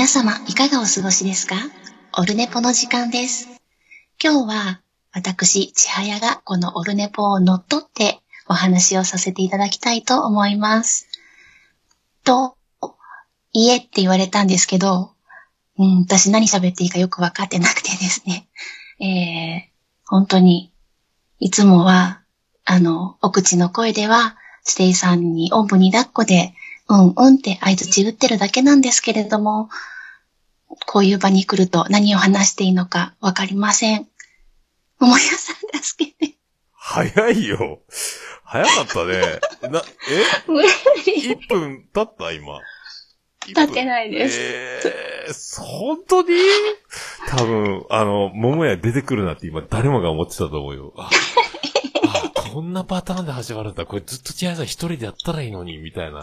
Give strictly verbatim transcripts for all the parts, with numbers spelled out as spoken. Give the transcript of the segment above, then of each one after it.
皆様いかがお過ごしですか？オルネポの時間です。今日は私千早がこのオルネポを乗っ取ってお話をさせていただきたいと思います。と、家って言われたんですけど、うん、私何喋っていいかよくわかってなくてですね。えー、本当にいつもはあのお口の声ではステイさんにおんぶに抱っこでうんうんって相槌打ってるだけなんですけれども、こういう場に来ると何を話していいのかわかりません。桃屋さん助けて。 早いよ。早かったね。な、え無理。 いっぷん経った今。 経ってないです。 えー、本当に多分、あの、桃屋出てくるなって今誰もが思ってたと思うよ。ああ、こんなパターンで始まるんだ。これずっと千早さん一人でやったらいいのに、みたいな。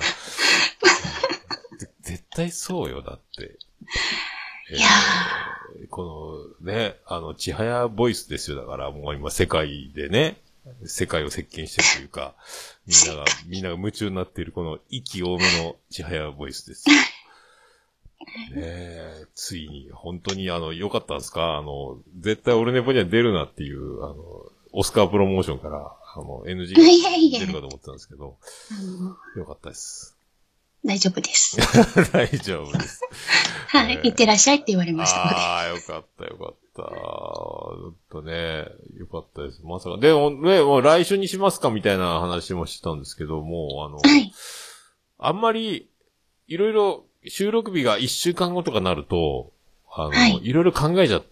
絶対そうよ、だって。 いやー、このね、あの、千早ボイスですよ。だからもう今世界でね、世界を席巻してるというか、みんなが、みんなが夢中になっているこの息多めの千早ボイスですよ。ねえ、ついに、本当にあの、良かったんですか？あの、絶対俺ネポには出るなっていう、あの、オスカープロモーションから、あの、エヌジー が出るかと思ってたんですけど、良かったです。 大丈夫です。 大丈夫です。 はい、ね、行ってらっしゃいって言われましたので。 ああ、よかったよかった。ちょっとね、よかったです。まさか。でもね、もう来週にしますかみたいな話もしてたんですけども、あの、 はい、 あんまり、いろいろ収録日がいっしゅうかんごとかなると、あの、はい、いろいろ考えちゃって、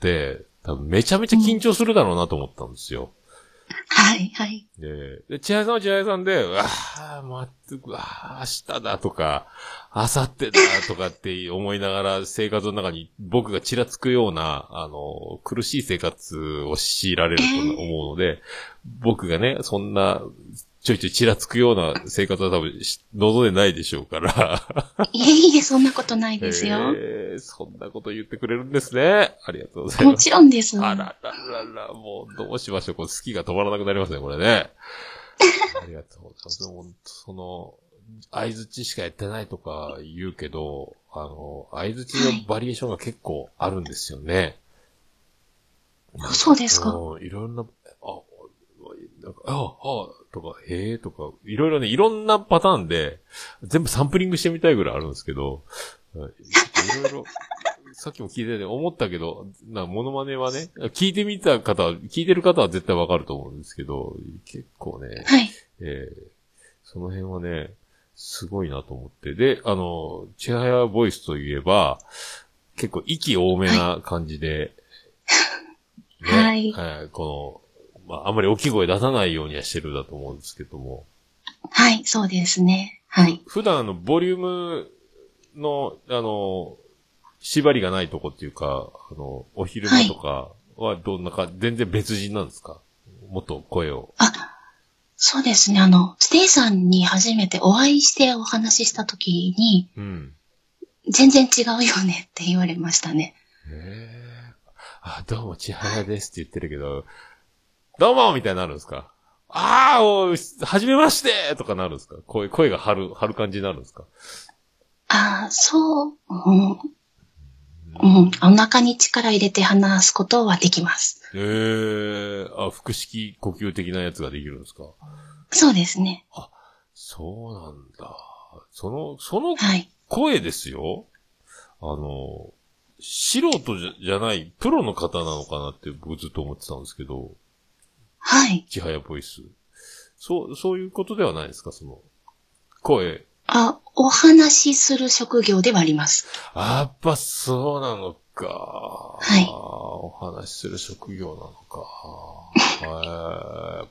多分めちゃめちゃ緊張するだろうなと思ったんですよ。 はい、はい。 で、で、千早さんは千早さんで、うわぁ、待って、うわぁ、明日だとか、明後日だとかって思いながら生活の中に僕がちらつくような、あの、苦しい生活を強いられると思うので、えー、僕がね、そんな、ちょいちょいちらつくような生活は多分望んでないでしょうから。 いえいえ、そんなことないですよ。 えー、そんなこと言ってくれるんですね。ありがとうございます。 もちろんです。 あらららら、もうどうしましょう。これ好きが止まらなくなりますね、これね。ありがとうございます。でも、その、相槌しかやってないとか言うけど、あの、相槌のバリエーションが結構あるんですよね。 はい、そうですか。 いろんな、あ、なんか、ああ、ああ、とか、へえ、とか、いろいろね、いろんなパターンで、全部サンプリングしてみたいぐらいあるんですけど、いろいろ、さっきも聞いてて思ったけど、な、モノマネはね、聞いてみた方は、聞いてる方は絶対わかると思うんですけど、結構ね、 はい、 えー、その辺はね、すごいなと思って。で、あの、千早ボイスといえば、結構息多めな感じで、 はい、 ね、はい、この、まあ、あんまり大きい声出さないようにはしてるだと思うんですけども。 はい、そうですね。はい。 普段あの、ボリュームの、あの、縛りがないとこっていうか、あの、お昼間とかはどんなか、はい、全然別人なんですか？もっと声を。 あ、そうですね。あの、ステイさんに初めてお会いしてお話ししたときに、うん、全然違うよねって言われましたね。 へえ。あ、どうも千早ですって言ってるけど、どうもみたいになるんですか？ああ、おはじめましてとかなるんですか？声、声が張る、張る感じになるんですか？ ああ、そう、うん、うん、お腹に力入れて話すことはできます。 へえー、あ、腹式呼吸的なやつができるんですか？ そうですね。 あ、そうなんだ。その、その声ですよ。はい、あの、素人じゃ、じゃない、プロの方なのかなって僕ずっと思ってたんですけど。 はい。 千早ボイス。そう、そういうことではないですか、その、声。 あ、お話しする職業ではあります。 あ、やっぱそうなのか。 はい。 お話しする職業なのか。 はい。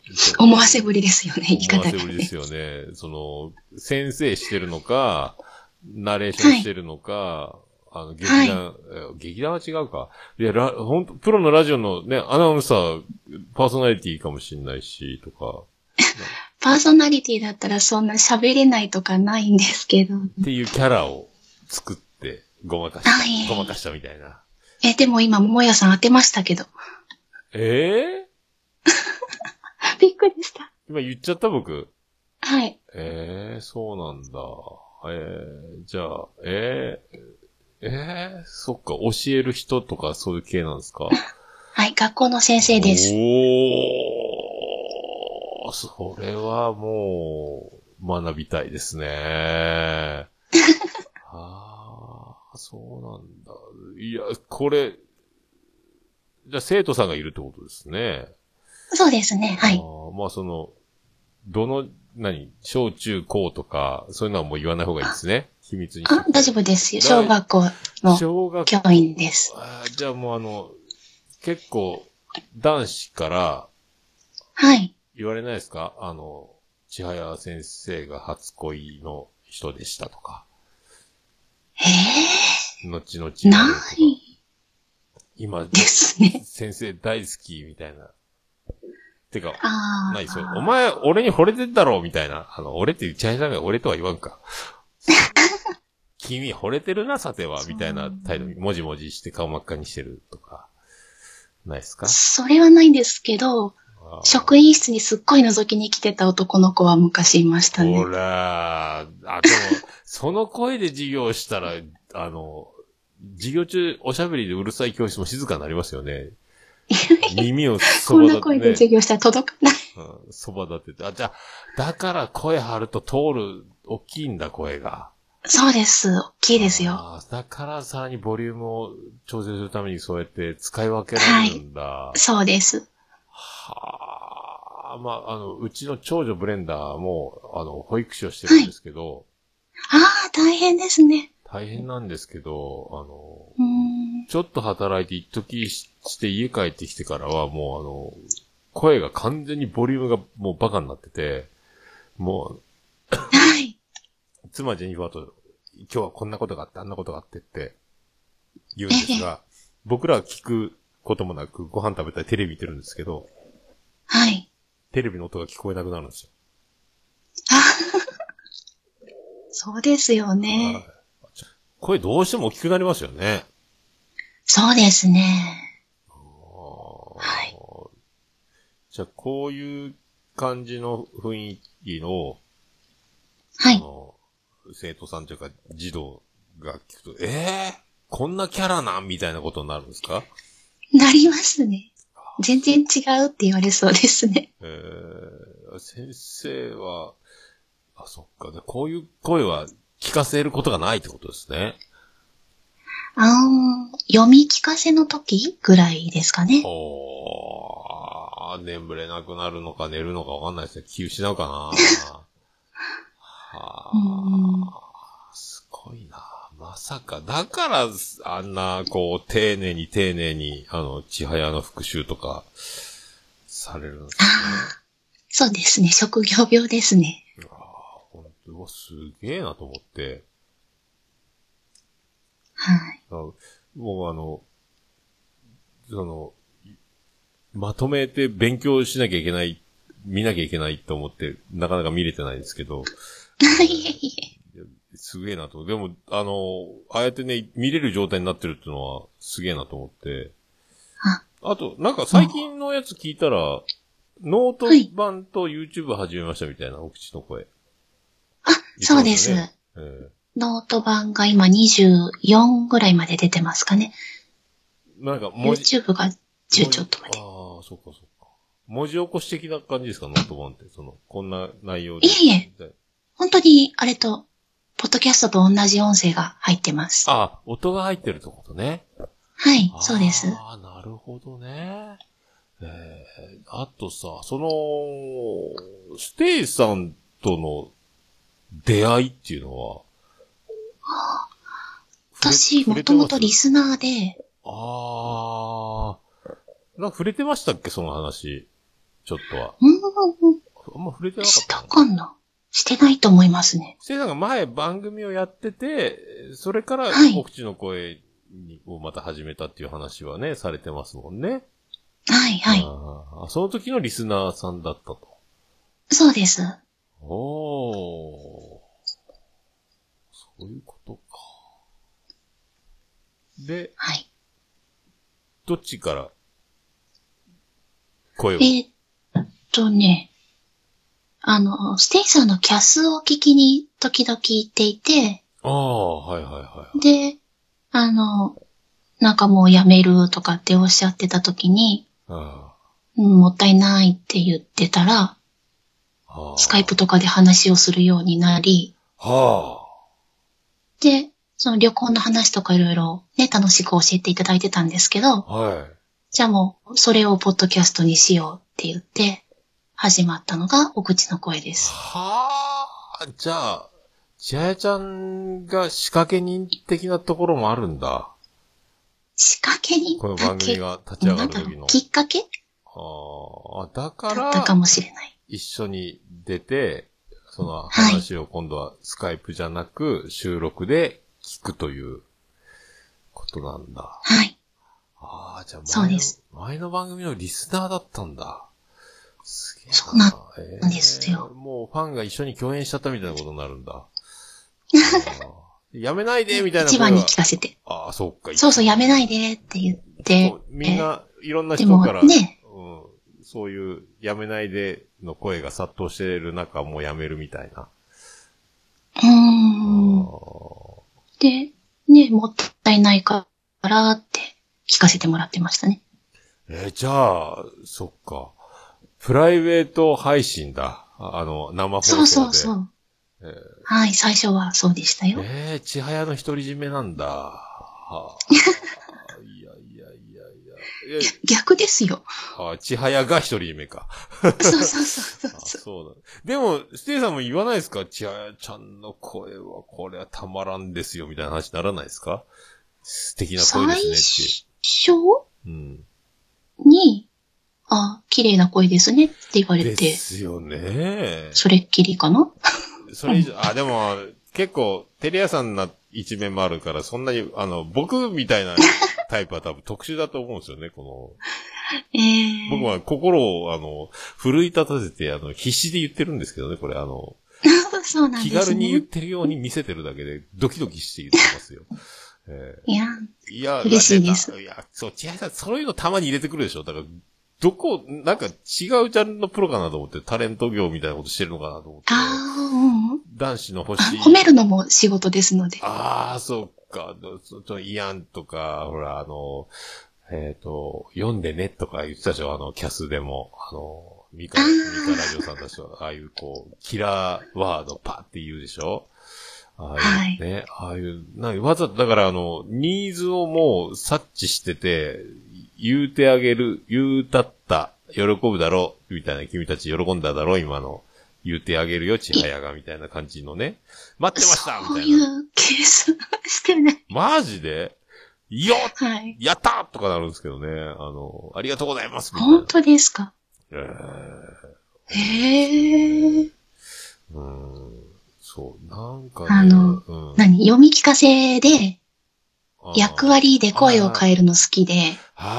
思わせぶりですよね、言い方が、ね。 思わせぶりですよね。その、先生してるのか、ナレーションしてるのか、はい、あの、劇団、はい、劇団は違うか。いや、ら、ほんと、プロのラジオのね、アナウンサー、パーソナリティかもしんないし、とか。 パーソナリティだったらそんな喋れないとかないんですけど。 っていうキャラを作って、ごまかした。ごまかしたみたいな。 え、でも今、桃屋さん当てましたけど。 えー、びっくりした。 今言っちゃった僕。 はい。 ええー、そうなんだ。ええー、じゃあ、ええー、 ええー、そっか、教える人とかそういう系なんですか？ はい、学校の先生です。 おー、それはもう、学びたいですね。ああ、そうなんだ。いや、これ、じゃあ生徒さんがいるってことですね。 そうですね、はい。 あまあその、どの、何小中高とか、そういうのはもう言わない方がいいですね。秘密にして。 あ、大丈夫ですよ。小学校の小学教員です。 あじゃあもうあの、結構、男子から、 はい。 言われないですか？あの、千早先生が初恋の人でしたとか。 ええー、後々 言われるとか。 ない。 今、 ですね。 先生大好きみたいな。てか、 あないそう。お前、俺に惚れてんだろうみたいな。あの、俺って千早さんが俺とは言わんか。君惚れてるな、さては、みたいな態度に、もじもじして顔真っ赤にしてるとか。ないですか？ それはないんですけど、職員室にすっごい覗きに来てた男の子は昔いましたね。 ほらー。あ、でも、その声で授業したら、あの、授業中おしゃべりでうるさい教室も静かになりますよね。耳をそば立てて、ね。 こんな声で授業したら届かない。 うん、そば立てて。あ、じゃあ、だから声張ると通る、大きいんだ、声が。 そうです。大きいですよ。 あだからさらにボリュームを調整するためにそうやって使い分けられるんだ。はい、 そうです。 はあ、まあ、あの、うちの長女ブレンダーも、あの、保育士をしてるんですけど。 はい、ああ、大変ですね。 大変なんですけど、あの、 うーんちょっと働いて一時して家帰ってきてからはもうあの、声が完全にボリュームがもうバカになってて、もう、 はい。 妻ジェニファーと、今日はこんなことがあって、あんなことがあってって言うんですが、僕らは聞くこともなくご飯食べたりテレビ見てるんですけど、 はい。 テレビの音が聞こえなくなるんですよ。 あそうですよね。 声どうしても大きくなりますよね。 そうですね。はい。 じゃあ、こういう感じの雰囲気の、 はい。 あの、生徒さんというか児童が聞くと、ええー、こんなキャラなんみたいなことになるんですか？ なりますね。全然違うって言われそうですね。 えー、先生は、あ、そっか。こういう声は聞かせることがないってことですね。 あー読み聞かせの時ぐらいですかね。 おー、眠れなくなるのか寝るのかわかんないですね。気失うかなはあ、すごいな。まさか、だから、あんな、こう、丁寧に丁寧に、あの、千早の復習とか、されるんですね。 あそうですね。職業病ですね。 ああ、ほんと、すげえなと思って。 はい。 もうあの、その、まとめて勉強しなきゃいけない、見なきゃいけないと思って、なかなか見れてないんですけど。 いえいえ。 すげえなと。でも、あの、ああやってね、見れる状態になってるっていうのは、すげえなと思って。あと、なんか最近のやつ聞いたら、ノート版と YouTube 始めましたみたいな、お口の声。 あ、そうです。えー、ノート版が今にじゅうよんぐらいまで出てますかね。 なんか文字、 YouTube がじゅうちょっとまで。 ああ、そうかそうか。文字起こし的な感じですか、ノート版って。その、こんな内容で。 いえいえ。本当に、あれと、ポッドキャストと同じ音声が入ってます。 ああ、音が入ってるってことね。 はい、そうです。 ああ、なるほどね。えー、あとさ、その、ステイさんとの出会いっていうのは、 はあ、私、もともとリスナーで、 ああ、なんか触れてましたっけ、その話。ちょっとは。 うん、 あんま触れてなかった。 したかなしてないと思いますね。 ステイさんが前番組をやってて、それから、お口の声をまた始めたっていう話はね、されてますもんね。 はいはい。 あその時のリスナーさんだったと。 そうです。 おー。そういうことか。で、 はい。 どっちから声を。 えー、っとね、あの、ステイさんのキャスを聞きに時々行っていて、 ああ、はいはいはい。 で、あなんかもうやめるとかっておっしゃってた時に、 あうん、もったいないって言ってたら、 あ。 スカイプとかで話をするようになり、 はで、その旅行の話とかいろいろね、楽しく教えていただいてたんですけど、 あ。はい。 じゃあもう、それをポッドキャストにしようって言って、始まったのがお口の声です。 はあ。じゃあ、ちはやちゃんが仕掛け人的なところもあるんだ。 仕掛け人この番組が立ち上がる時の。 きっかけああ、だか、 だったからもしれない。 一緒に出て、その話を今度はスカイプじゃなく収録で聞くということなんだ。 はい。 ああ、じゃあそうです。 前の番組のリスナーだったんだ。すげえな。 そうなんですよ、 えー。もうファンが一緒に共演しちゃったみたいなことになるんだ。やめないでみたいな一番に聞かせて。 ああ、そっか。 そうそう、やめないでって言って。 みんな、いろんな人から、 ね、 うん、そういうやめないでの声が殺到してる中、もうやめるみたいな。 うーん。で、ね、もったいないからって聞かせてもらってましたね。 えー、じゃあ、そっか。プライベート配信だ。あの、生放送で。 そうそうそう。えー、はい、最初はそうでしたよ。 えー、ちはやの独り占めなんだ。はあ、いやいやいやいや。 逆ですよ。 あ、ちはやが独り占めか。 そうそうそうそうあ。そうだ。でも、ステイさんも言わないですか？ちはやちゃんの声は、これはたまらんですよ、みたいな話にならないですか？素敵な声ですねって。 最初うん。 に、あ、綺麗な声ですねって言われて。 ですよね。 それっきりかな？ それ以上、あ、でも、結構、テレ屋さんな一面もあるから、そんなに、あの、僕みたいなタイプは多分特殊だと思うんですよね、この。 えー、 僕は心を、あの、奮い立たせて、あの、必死で言ってるんですけどね、これ、あの、 そうなんですね。 気軽に言ってるように見せてるだけで、ドキドキして言ってますよ。えー、 いや、 いや、 嬉しいです。 いや、そう、千早さん、そういうのたまに入れてくるでしょ。だから、どこ、なんか違うジャンルのプロかなと思って、タレント業みたいなことしてるのかなと思って。 ああ、うん。 男子の欲しい。 褒めるのも仕事ですので。 ああ、そうか。イアンとか、ほら、あの、えっ、ー、と、読んでねとか言ってたでしょ、あの、キャスでも。あの、ミカ、ミカラジオさんたちは、ああいうこう、キラーワードパって言うでしょ。ああいうね、はい、ああいう、なんかわざと、だからあの、ニーズをもう察知してて、言うてあげる、言うたった、喜ぶだろう、みたいな、君たち喜んだだろう、今の。言うてあげるよ、ちはやが、みたいな感じのね。待ってましたみたいな。そういうケースしてない。 マジでよっ、 はい、 やったとかなるんですけどね。あの、ありがとうございますみたいな。 本当ですか？ えー、へー。 うん。そう、なんかね。 あの、うん、何読み聞かせで、役割で声を変えるの好きで、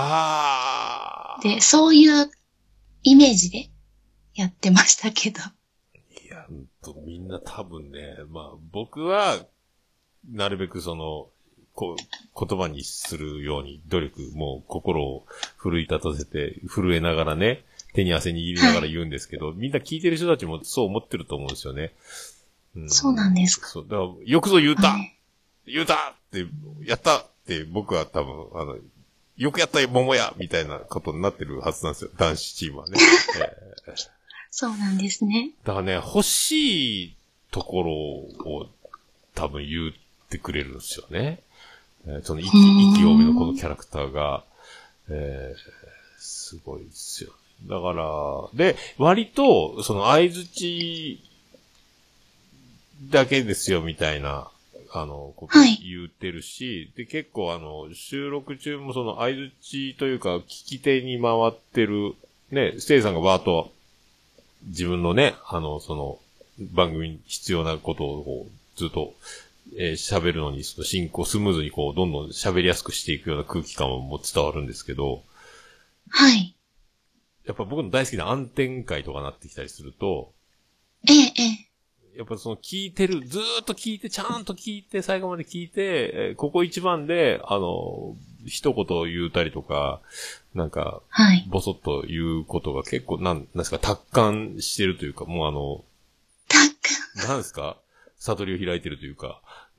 で、そういうイメージでやってましたけど。 いや、みんな多分ね、まあ僕は、なるべくその、こう、言葉にするように努力、もう心を奮い立たせて、震えながらね、手に汗握りながら言うんですけど、はい、みんな聞いてる人たちもそう思ってると思うんですよね。 うん、そうなんですか。 そう、だから、よくぞ言うた、はい、言うたって、やったって僕は多分、あの、よくやったよ、桃やみたいなことになってるはずなんですよ、男子チームはね。えー、 そうなんですね。 だからね、欲しいところを多分言ってくれるんですよね。えー、その息、息多めのこのキャラクターが、えー、すごいですよ。だから、で、割と、その相槌だけですよみたいな、あの、こと言ってるし、はい、で、結構あの、収録中もその相槌というか、聞き手に回ってる、ね、ステイさんがバーッと、自分のね、あの、その、番組に必要なことをずっと、えー、喋るのに、その進行スムーズにこう、どんどん喋りやすくしていくような空気感も伝わるんですけど、 はい。 やっぱ僕の大好きな暗転会とかなってきたりすると、 ええ、ええ。 やっぱその聞いてる、ずーっと聞いて、ちゃんと聞いて、最後まで聞いて、えー、ここ一番で、あの、一言言うたりとか、なんか、はい。ぼそっと言うことが結構、なん、なんですか、達観してるというか、もうあの、 達観なんですか悟りを開いてるというか、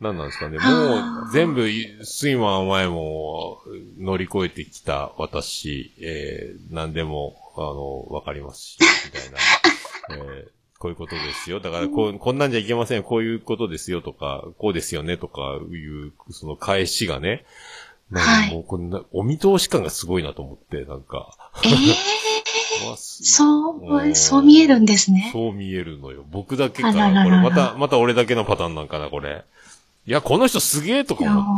なんなんですかね。もう、全部、睡魔甘えも乗り越えてきた私、えー、何でも、あの、わかりますし、みたいな。えー、こういうことですよ。だからこう、こんなんじゃいけません。こういうことですよとか、こうですよねとかいう、その返しがね。なんかもうこんな、お見通し感がすごいなと思って、なんか。 ええー、そう、そう見えるんですね。 そう見えるのよ。僕だけかな。 ら、これまた、また俺だけのパターンなんかな、これ。いや、この人すげえとか思って。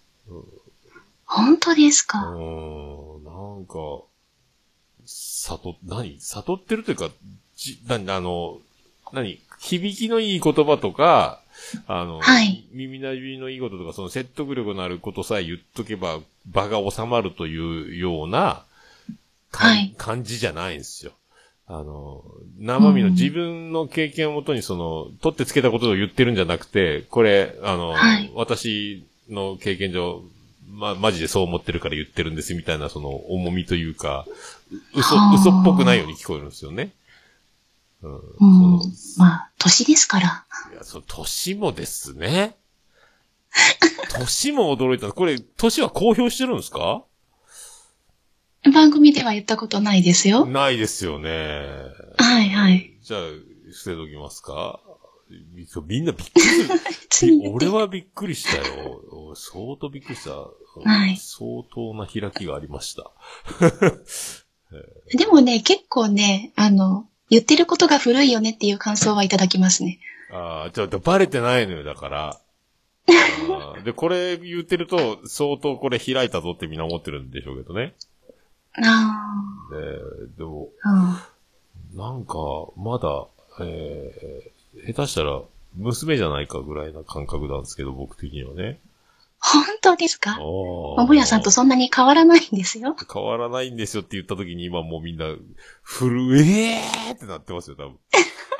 本当ですか？ うーん、なんか、悟、何悟ってるというか、じ、なあの、何響きのいい言葉とか、あの、はい、耳なじみのいいこととか、その説得力のあることさえ言っとけば、場が収まるというような、はい、感じじゃないんですよ。あの、生身の自分の経験をもとにその、取ってつけたことを言ってるんじゃなくて、これ、あの、はい、私の経験上、ま、マジでそう思ってるから言ってるんですみたいなその重みというか、嘘、嘘っぽくないように聞こえるんですよね。 うん。うん、まあ、年ですから。 いや、そう、年もですね。年も驚いた。これ、年は公表してるんですか？ 番組では言ったことないですよ。 ないですよね。 はいはい。 じゃあ、捨てときますか？みんなびっくりする。俺はびっくりしたよ。相当びっくりした。はい。相当な開きがありました。 でもね、結構ね、あの、言ってることが古いよねっていう感想はいただきますね。 ああ、ちょっとバレてないのよ、だから。で、これ言ってると、相当これ開いたぞってみんな思ってるんでしょうけどね。 ああ。 で、でも、 うん、 なんか、まだ、えー、下手したら、娘じゃないかぐらいな感覚なんですけど、僕的にはね。 本当ですか？桃屋さんとそんなに変わらないんですよ。 変わらないんですよって言った時に今もうみんな、震えーってなってますよ、多分。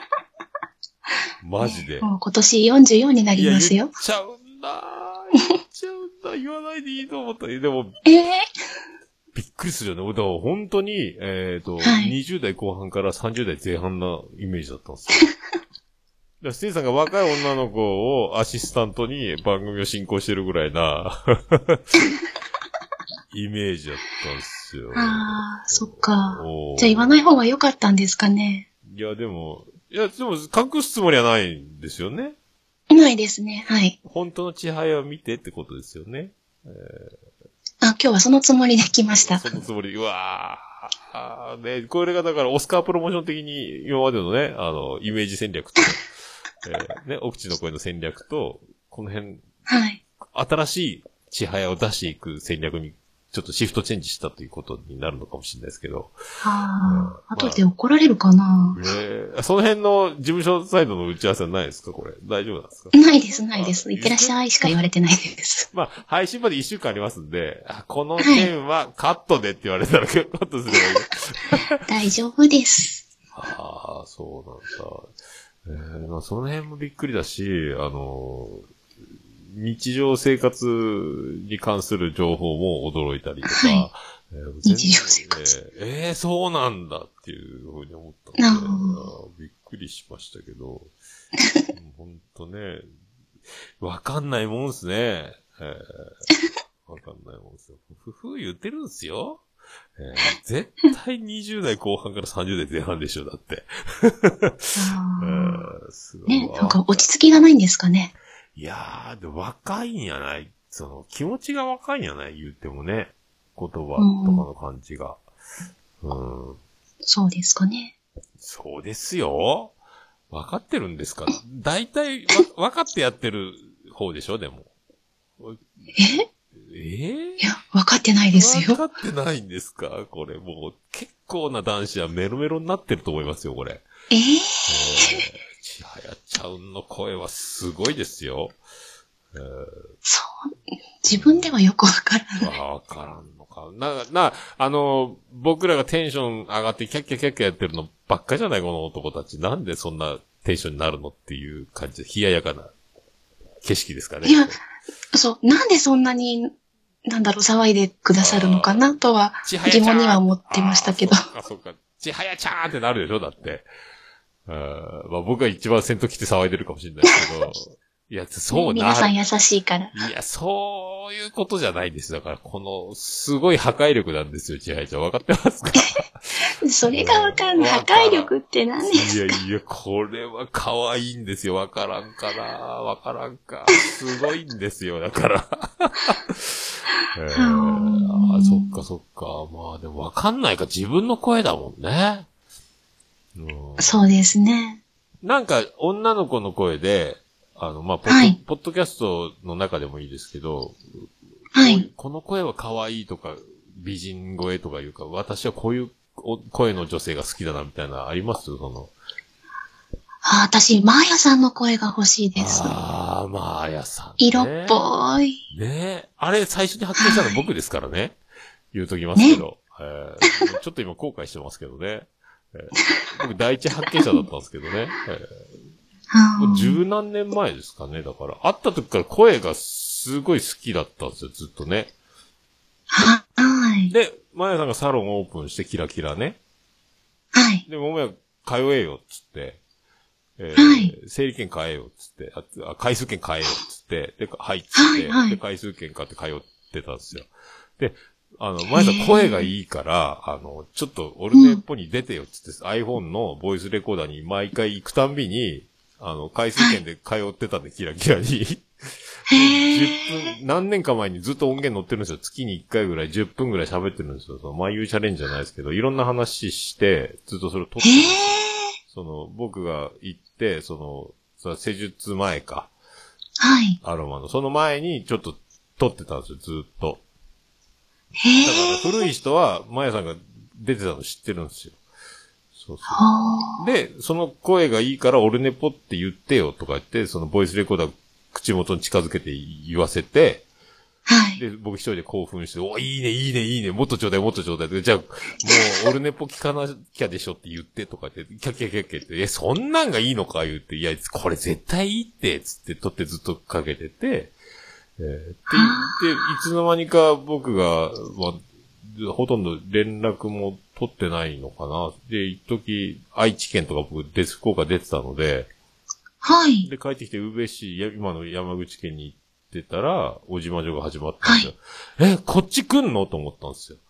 マジで。 ね、もう今年よんじゅうよんになりますよ。 言っちゃうんだ言っちゃうんだ言わないでいいと思った。でも、 えー、 びっくりするよね。だから本当に、えっと、はい、にじゅう代後半からさんじゅう代前半なイメージだったんですよ。だステイさんが若い女の子をアシスタントに番組を進行してるぐらいなイメージだったんですよ。 ああ、そっか。じゃあ言わない方が良かったんですかね。 いや、でも、いや、でも隠すつもりはないんですよね。 ないですね、はい。 本当の千早を見てってことですよね。えー、 あ、今日はそのつもりで来ました。 そのつもり、うわー。ね、これがだからオスカープロモーション的に今までのね、あの、イメージ戦略と、えー、ね、奥地の声の戦略と、この辺、 はい。 新しい千早を出していく戦略に、ちょっとシフトチェンジしたということになるのかもしれないですけど。 はあ、後で怒られるかな、 えー、その辺の事務所サイドの打ち合わせはないですかこれ。大丈夫なんですか？ ないです、ないです。いってらっしゃいしか言われてないです。 まあ、配信までいっしゅうかんありますんで、この件はカットでって言われたら、カットすればいい。 大丈夫です。 ああ、そうなんだ。えー、まあ、その辺もびっくりだし、あのー、日常生活に関する情報も驚いたりとか、はいえー、日常生活。 えー、えー、そうなんだっていうふうに思ったので、びっくりしましたけど、ほんとね、わかんないもんすね。えー、わかんないもんですよ。ふふ言ってるんすよ。えー、絶対にじゅう代後半からさんじゅう代前半でしょ、だって。 あえー、すごいね、なんか落ち着きがないんですかね。 いやー、で若いんやない。その、気持ちが若いんやない言ってもね。言葉とかの感じが。うん。うん、 そうですかね。 そうですよ。分かってるんですか？大体、わ、分かってやってる方でしょでも。 ええー、 いや、分かってないですよ。 分かってないんですかこれもう、結構な男子はメロメロになってると思いますよ、これ。 えー、えー千早ちゃんの声はすごいですよ。えー、 そう、自分ではよくわからない。 わからんのか。な、な、あの、僕らがテンション上がってキャッキャキャッキャやってるのばっかじゃないこの男たち。なんでそんなテンションになるのっていう感じで、冷ややかな景色ですかね。 いや、そう、なんでそんなに、なんだろう、騒いでくださるのかなとは、疑問には思ってましたけど。 そっかそっか。ちはやちゃーんってなるでしょだって。あまあ僕が一番先頭来て騒いでるかもしれないですけど。 いや、そうな、 皆さん優しいから。 いや、そういうことじゃないですよ。だから、この、すごい破壊力なんですよ、千早ちゃん。わかってますか？ それがわかんない。破壊力って何ですか？ いやいや、これは可愛いんですよ。わからんかな。わからんか。すごいんですよ、だから。えー、あ、そっかそっか。まあでもわかんないか。自分の声だもんね。 うん、そうですね。 なんか、女の子の声で、あの、まあ、ポッド、はい、ポッドキャストの中でもいいですけど、 はい。 この声は可愛いとか、美人声とかいうか、私はこういう声の女性が好きだなみたいな、ありますその。 あ、私、マーヤさんの声が欲しいです。 ああ、マーヤさん、ね。 色っぽい。 ねえ。あれ、最初に発見したの僕ですからね。はい、言うときますけど、ねえー。ちょっと今後悔してますけどね。えー、僕、第一発見者だったんですけどね。えー、十何年前ですかね。だから、会った時から声がすごい好きだったんですよ、ずっとね。 はい。 で、マヤさんがサロンオープンしてキラキラね。 はい。 で、桃屋通えよ、つって。えー、 はい。 整理券買えよ、つって。あ、回数券買えよ、つって。で、はい、つって。はいはい、で、回数券買って通ってたんですよ。で、あの、マヤさん声がいいから、あの、ちょっとオルネポに出てよ、つって、うん、iPhone のボイスレコーダーに毎回行くたんびに、あの、回数券で通ってたんで、キラキラに。じゅっぷん、何年か前にずっと音源載ってるんですよ。月にいっかいぐらい、じゅっぷんぐらい喋ってるんですよ。その、毎夕チャレンジじゃないですけど、いろんな話して、ずっとそれを撮ってるんですよ。その、僕が行って、その、その施術前か。 はい。 アロマの。その前にちょっと撮ってたんですよ、ずっと。 へだから古い人は、マヤさんが出てたの知ってるんですよ。そうそう。で、その声がいいからオルネポって言ってよとか言って、そのボイスレコーダー口元に近づけて言わせて、 はい。 で、僕一人で興奮して、お、いいね、いいね、いいね、もっとちょうだい、もっとちょうだい。じゃあ、もう、オルネポ聞かなきゃでしょって言ってとか言って、キャッキャッキャッキャって、え、そんなんがいいのか言って、いや、これ絶対いいって、つって撮ってずっとかけてて、えー、って言って、いつの間にか僕が、まあ、ほとんど連絡も取ってないのかな。で、一時愛知県とか僕、デス福岡出てたので、 はい。 で、帰ってきて、宇部市、今の山口県に行ってたら、小島城が始まったんですよ。はい、え、こっち来んのと思ったんですよ。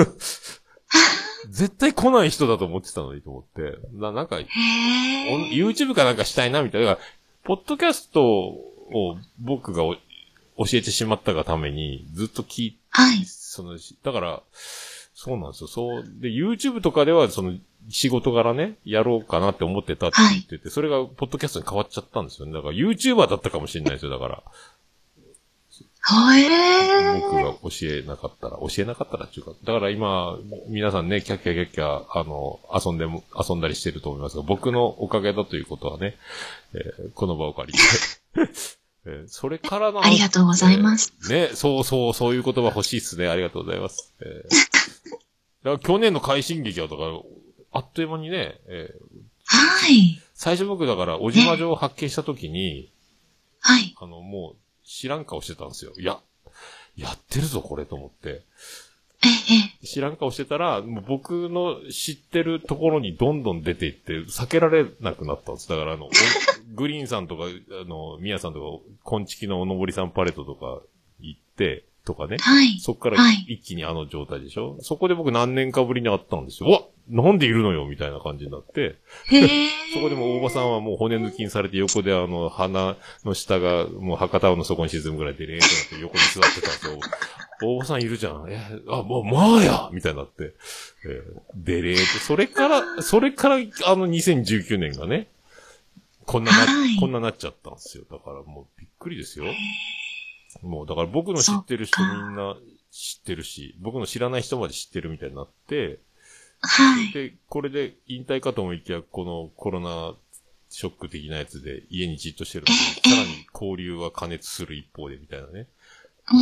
絶対来ない人だと思ってたのにと思って。な、なんか、YouTube かなんかしたいな、みたいな。だから、ポッドキャストを僕が教えてしまったがために、ずっと聞いて、 はい。 その、だから、そうなんですよ。そう。で、YouTube とかでは、その、仕事柄ね、やろうかなって思ってたって言ってて、はい、それが、ポッドキャストに変わっちゃったんですよね。だから、YouTuber だったかもしれないですよ、だから。 はえー。 僕が教えなかったら、教えなかったらっていうか、だから今、皆さんね、キャッキャキャッキャ、あの、遊んでも、遊んだりしてると思いますが、僕のおかげだということはね、えー、この場を借りて、えー、それからの、 ありがとうございます。 えー、ね、そうそう、そういう言葉欲しいっすね。ありがとうございます。えー、だから去年の快進撃は、だから、あっという間にね、えー、 はい。 最初僕だから、小島城を発見したときに、ね、 はい。 あの、もう、知らん顔してたんですよ。いや、やってるぞ、これと思って。 ええ。 知らん顔してたら、もう僕の知ってるところにどんどん出ていって、避けられなくなったんです。だからあの、グリーンさんとか、あの、ミヤさんとか、コンチキのおのぼりさんパレットとか行って、とかね。 はい。 そっから一気にあの状態でしょ、はい、そこで僕何年かぶりに会ったんですよ。うわなんでいるのよみたいな感じになって。 へーそこでも大場さんはもう骨抜きにされて横であの鼻の下がもう博多湾の底に沈むぐらいでレーンとなって横に座ってたんですよ。大場さんいるじゃん。え、あ、もう、まあやみたいになって。えー、でれーって。それから、それからあのにせんじゅうきゅうねんがね、こんなな、はい、こんななっちゃったんですよ。だからもうびっくりですよ。もうだから僕の知ってる人みんな知ってるし、僕の知らない人まで知ってるみたいになって、 はい。 で、これで引退かと思いきや、このコロナショック的なやつで家にじっとしてるので、さらに交流は加熱する一方でみたいなね。 うん。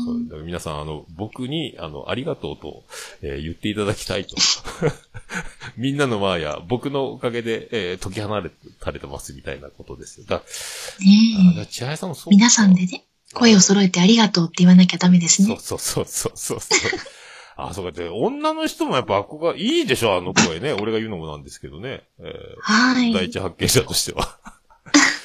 そうだから皆さん、あの、僕に、あの、ありがとうと、えー、言っていただきたいと。みんなの前や、僕のおかげで、えー、解き放たれてますみたいなことですよ。だねえ。 千早さんもそう。 皆さんでね、声を揃えてありがとうって言わなきゃダメですね。 そうそうそうそうそう。あ、そうか。で、女の人もやっぱ憧れ、いいでしょ、あの声ね。俺が言うのもなんですけどね。えー、 はい。 第一発見者としては。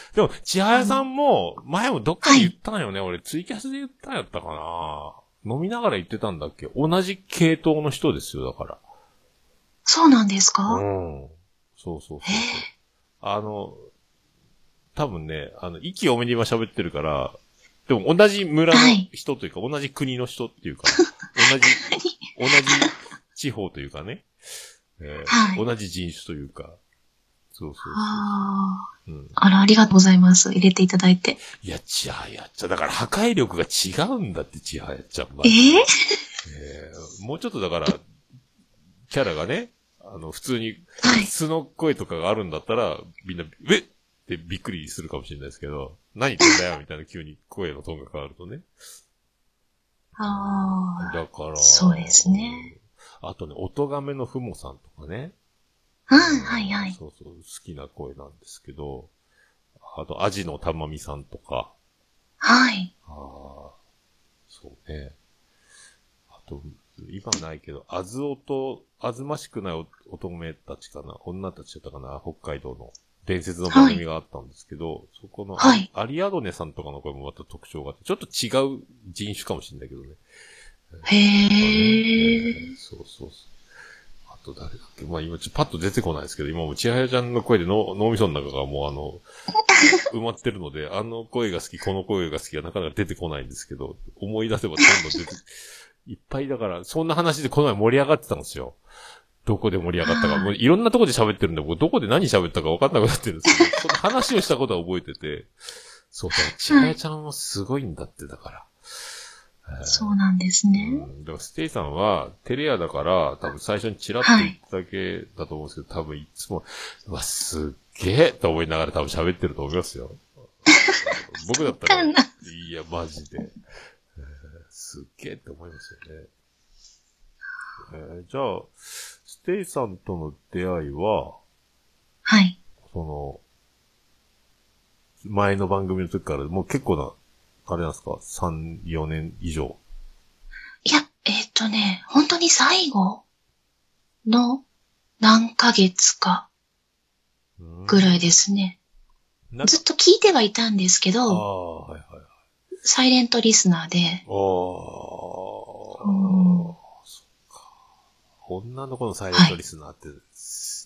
でも、千早さんも、前もどっかで言ったんよね。はい、俺、ツイキャスで言ったんやったかな。飲みながら言ってたんだっけ。同じ系統の人ですよ、だから。 そうなんですか？ うん。そうそうそうそう。あの、多分ね、あの、息多めに今喋ってるから、でも同じ村の人というか、はい、同じ国の人っていうか、同じ、同じ地方というかね、えーはい、同じ人種というか、そうそうそう。 ああ、うん、あら、ありがとうございます。入れていただいて。 いや、ちはやっちゃ、だから破壊力が違うんだって、ちはやっちゃう。 えー、 えー、もうちょっとだから、キャラがね、あの、普通に、素の声とかがあるんだったら、はい、みんな、えっってびっくりするかもしれないですけど、何言ってんだよみたいな急に声のトーンが変わるとね。 ああ。 だから、 そうですね。 あとね、音亀のふもさんとかね。 はい、はいはい。 そうそう、好きな声なんですけど、あと、アジのたまみさんとか。 はい。 ああ、そうね。あと、今ないけど、あずおと、あずましくない乙女たちかな、女たちだったかな、北海道の伝説の番組があったんですけど、はい、そこの、はい、アリアドネさんとかの声もまた特徴があって、ちょっと違う人種かもしれないけどね。 へー。 えー、そうそうそう。あと誰だっけ、まあ今ちょっとパッと出てこないですけど、今もちはやちゃんの声での脳みその中がもうあの、埋まってるので、あの声が好き、この声が好きがなかなか出てこないんですけど、思い出せばどんどん出て、いっぱいだから、そんな話でこの前盛り上がってたんですよ。どこで盛り上がったか。もういろんなとこで喋ってるんで、僕どこで何喋ったか分かんなくなってるんですけど、その話をしたことは覚えてて、そうだ、ちはやちゃんもすごいんだって、だから。 そうなんですね。 うん、だからステイさんは、テレアだから、多分最初にチラッと言っただけだと思うんですけど、はい、多分いつも、うわ、すっげえと思いながら多分喋ってると思いますよ。僕だったら、いや、マジで。すっげえって思いますよね。えー、じゃあ、ステイさんとの出会いは、 はい。 その、前の番組の時からもう結構な、あれなんですか ?さん、よねん以上。 いや、えー、っとね、本当に最後の何ヶ月かぐらいですね。ずっと聞いてはいたんですけど、 あ、はいはいはい、 サイレントリスナーで。ああ、 そっか。女の子のサイレントリスナーって、はい、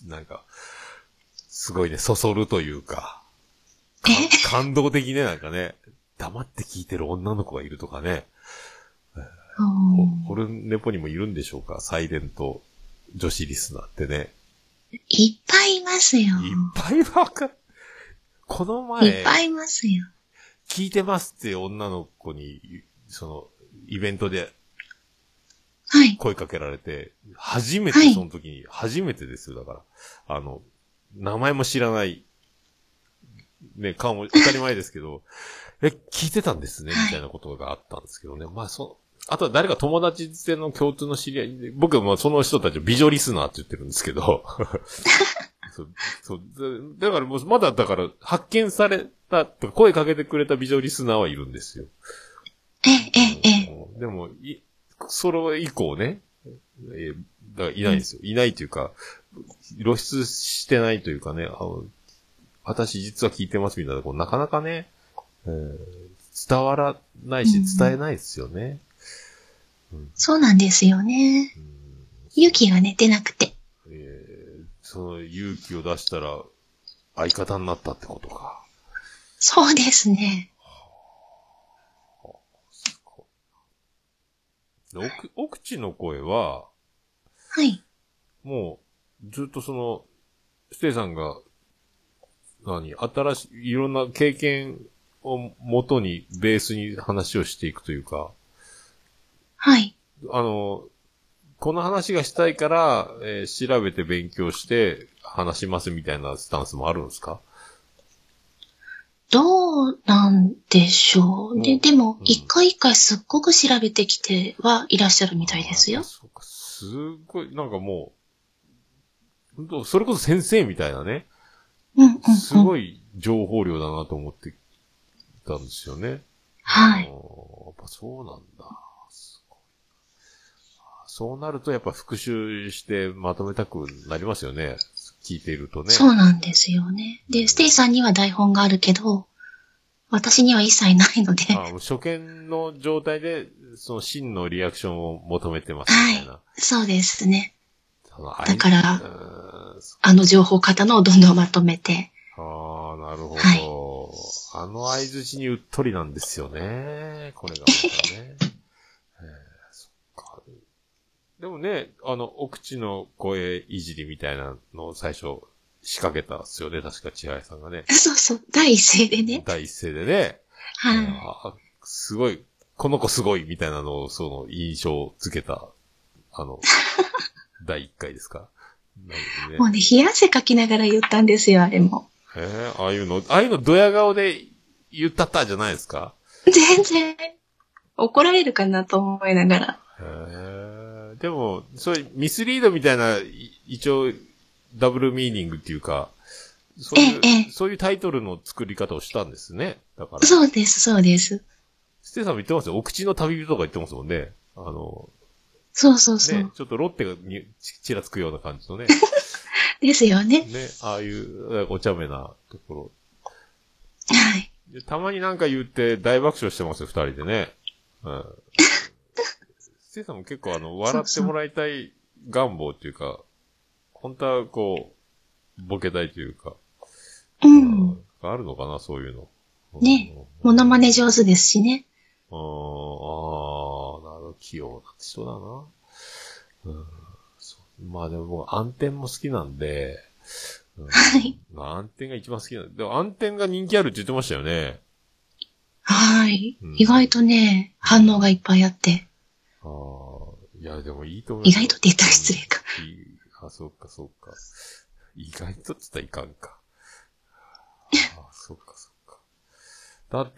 なんか、すごいね、そそるというか、か感動的ね、なんかね、黙って聞いてる女の子がいるとかね。オルネポにもいるんでしょうか、サイレント女子リスナーってね。 いっぱいいますよ。 いっぱいわかる。この前、 いっぱいいますよ。 聞いてますって女の子に、その、イベントで、声かけられて、はい、初めてその時に、はい、初めてですよ、だから。あの、名前も知らない、ね、顔も当たり前ですけど、え、聞いてたんですね、みたいなことがあったんですけどね。はい、まあ、そ、あとは誰か友達での共通の知り合いで、僕はまあその人たちを美女リスナーって言ってるんですけど、そう、そう、だからもう、まだだから発見された、とか声かけてくれた美女リスナーはいるんですよ。 え、え、え。 でも、い、それ以降ね、えー、だからいないんですよ。うん、いないというか、露出してないというかね、あの私実は聞いてますみたいな、こうなかなかね、えー、伝わらないし伝えないですよね。 うんうん、そうなんですよね。うん、勇気がね、出なくて。 えー、その勇気を出したら相方になったってことか。 そうですね。 はあ、すごい。奥、奥地の声は、 はい。 もう、ずっとその、ステイさんが、何、新しい、いろんな経験を元に、ベースに話をしていくというか、 はい。 あの、この話がしたいから、えー、調べて勉強して話しますみたいなスタンスもあるんですか？ どうなんでしょう。で、でも、一回一回すっごく調べてきてはいらっしゃるみたいですよ。 そうか、すごい、なんかもう、本当それこそ先生みたいなね。 うんうんうん、 すごい情報量だなと思ってたんですよね。 はい。 やっぱそうなんだ。すごい。そうなるとやっぱ復習してまとめたくなりますよね。 聞いてるとね。 そうなんですよね。で、ステイさんには台本があるけど、私には一切ないので。 あ、もう初見の状態で、その真のリアクションを求めてますみたいな。 はい。そうですね。 そのだから、 うーんあの情報型のをどんどんまとめて。 ああ、なるほど。 はいあの相槌にうっとりなんですよね。これがまたね。えー、そっか。でもね、あの、お口の声いじりみたいなのを最初仕掛けたんですよね。確か千早さんがね。 そうそう。第一声でね。 第一声でね。 はい。 あーすごい、この子すごいみたいなのを、その印象をつけた、あの、第一回ですか。なのでね。 もうね、冷や汗かきながら言ったんですよ、あれも。 えー、ああいうの、ああいうのドヤ顔で言ったったじゃないですか。 全然、怒られるかなと思いながら。 へーでも、そういうミスリードみたいな、い一応、ダブルミーニングっていうか、そういう、 ええ、えそういうタイトルの作り方をしたんですね。だかえ。 ら。 そうです、そうです。 ステイさんも言ってますよ。お口の旅人とか言ってますもんね。あの、 そうそうそね、 う。 ちょっとロッテがにちちらつくような感じのね。 ですよね。 ね、ああいうお茶目なところ。 はい。 でたまになんか言って大爆笑してますよ、二人でね。うん。ステイさんも結構あの、笑ってもらいたい願望っていうか、本当はこう、ボケたいというか、 うん。 あるのかな、そういうの。 ね。モノマネ上手ですしね。 うん、ああ、なるほど、器用な人だな。うん、そうまあでも僕、暗転も好きなんで、うん、 はい。 まあ暗転が一番好きなんで、でも暗転が人気あるって言ってましたよね。 はい。 うん意外とね、反応がいっぱいあって。 ああ、いやでもいいと思いますよ。 意外とって言ったら失礼か。 いいあ、そうか、そうか。意外とって言ったらいかんか。あ、そうか、そうか。だって、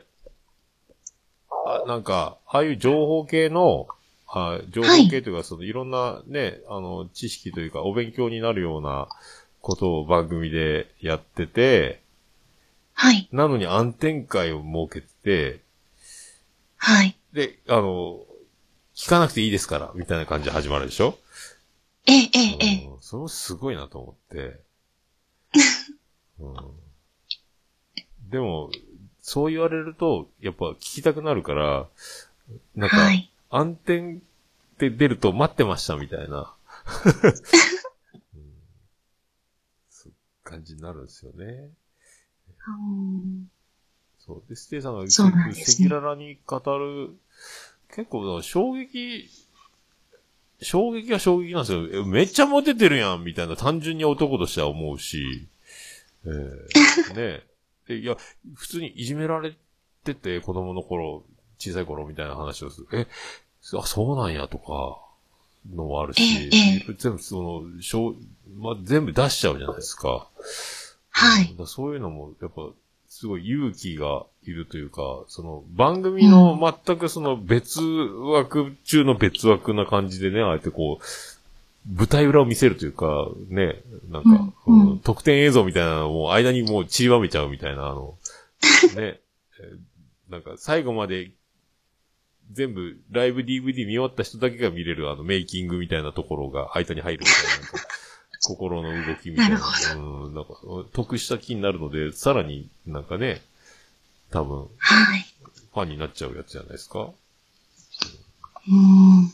あ、なんか、ああいう情報系の、あ情報系というか、そのいろんなね、あの、知識というか、お勉強になるようなことを番組でやってて、 はい。 なのに暗転会を設けて、 はい。 で、あの、聞かなくていいですから、みたいな感じで始まるでしょ。 ええ、ええ、ええ。 うん、それもすごいなと思って。うん、でも、そう言われると、やっぱ聞きたくなるから、なんか、 はい。 暗転って出ると待ってましたみたいな、うん、そういう感じになるんですよね。 うんそう。で、ステイさんがそうなんですね。 赤裸々に語る、結構衝撃、衝撃は衝撃なんですよ。えめっちゃモテてるやんみたいな単純に男としては思うし、えー、ねえ。いや、普通にいじめられてて子供の頃、小さい頃みたいな話をする。え、あ、そうなんやとか、のもあるし、 ええ、ええ。 全部その、しょうまあ、全部出しちゃうじゃないですか。 はい。 うんだそういうのも、やっぱ、すごい勇気がいるというか、その、番組の全くその別枠中の別枠な感じでね、あえてこう、舞台裏を見せるというか、ね、なんか、 うんうんうん特典映像みたいなのを間にもう散りばめちゃうみたいな、あの、ね、えーなんか最後まで全部ライブ ディーブイディー 見終わった人だけが見れるあのメイキングみたいなところが間に入るみたいな、なんか心の動きみたいな。 なるほうん、なんか、得した気になるので、さらになんかね、多分、 はい。 ファンになっちゃうやつじゃないですか。 うーん。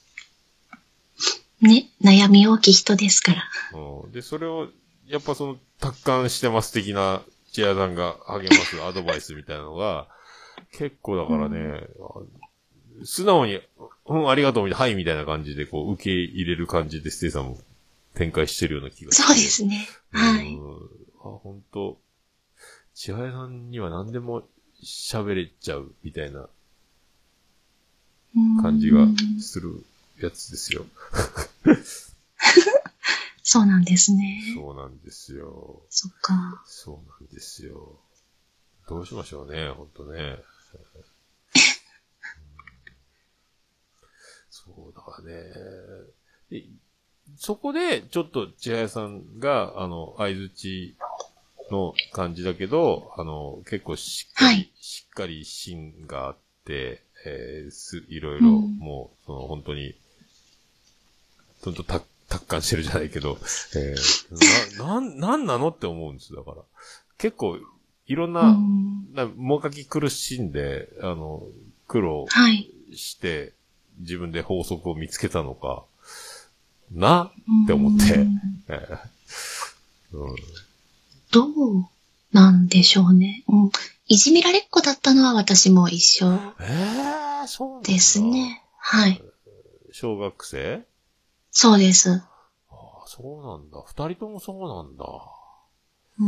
ね、悩み大きい人ですから。 うん、で、それを、やっぱその、達観してます的な、チアさんが励ますアドバイスみたいなのが、結構だからね、素直に、うん、ありがとうみたいな、はいみたいな感じで、こう、受け入れる感じで、ステイさんも展開してるような気がして。 そうですね。はい。 うんあ、本当千早さんには何でも喋れちゃうみたいな感じがするやつですよ。 そうなんですね。 そうなんですよ。 そっか。 そうなんですよ。どうしましょうね、ほんとね。そうだからね。でそこで、ちょっと千早さんが、あの、相づちの感じだけど、あの、結構しっかり、 はいしっかり芯があって、えー、す、いろいろ、 うんもう、その、本当に、ほんとた、 達観してるじゃないけど、えー、な、なん、なんなのって思うんですよ。だから。結構、いろんな、 うん、 なもがき苦しんで、あの、苦労はい。 して、自分で法則を見つけたのか、なうって思って、 ん、 えーうん、 どうなんでしょうね。うん。いじめられっ子だったのは私も一緒えー、そうなんだ。 ですね。はい。 小学生そうです。 ああ、そうなんだ。二人ともそうなんだ。 うん。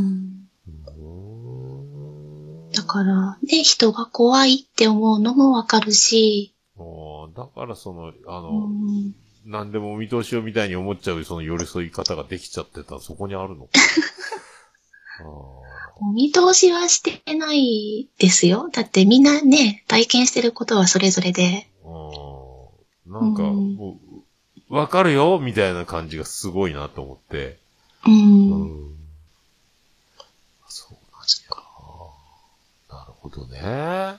うーだん。 から、ね、人が怖いって思うのもわかるし、 ああ、だからその、あうの、 ん、 何でもお見通しをみたいに思っちゃうその寄り添い方ができちゃってた、そこにあるのかな。あお見通しはしてないですよ。だってみんなね、体験してることはそれぞれで。 あ、ああ、なうんか、 ん、 もう、わかるよみたいな感じがすごいなと思って。 ううん。 ん。そうなんだ。なるほどね。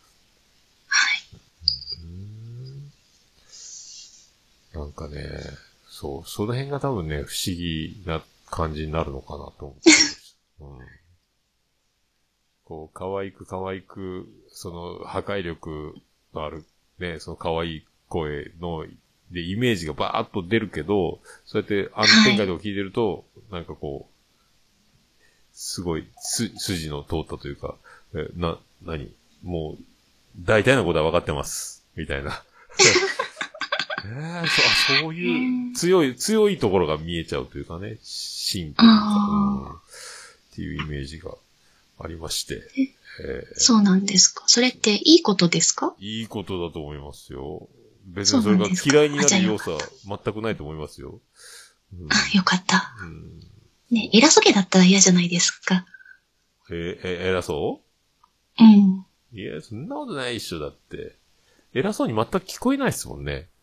うーんなんかね、そう、その辺が多分ね、不思議な感じになるのかなと思ってるんです。うん。こう、可愛く可愛く、その、破壊力のある、ね、その可愛い声の、で、イメージがバーッと出るけど、そうやってあの展開とか聞いてると、なんかこう、すごい、す、筋の通ったというか、え、な、なにもう、大体のことは分かってます。みたいな。えー、そ、あ、そういう強い、強いところが見えちゃうというかね、芯というか、うん、 ああ、 っていうイメージがありまして、えそうなんですか。それっていいことですか？ ー、いいことだと思いますよ。別そうにそれがなんですか。 嫌いにあ、じゃあなる要素はよかった。 全くないと思いますよ。うん。 あ、よかった。 うん。 ね、偉そうげだったら嫌じゃないですか。 えーえ、偉そうん。 ういや、そんなことないっしょ、だって。偉そうに全く聞こえないっすもんね。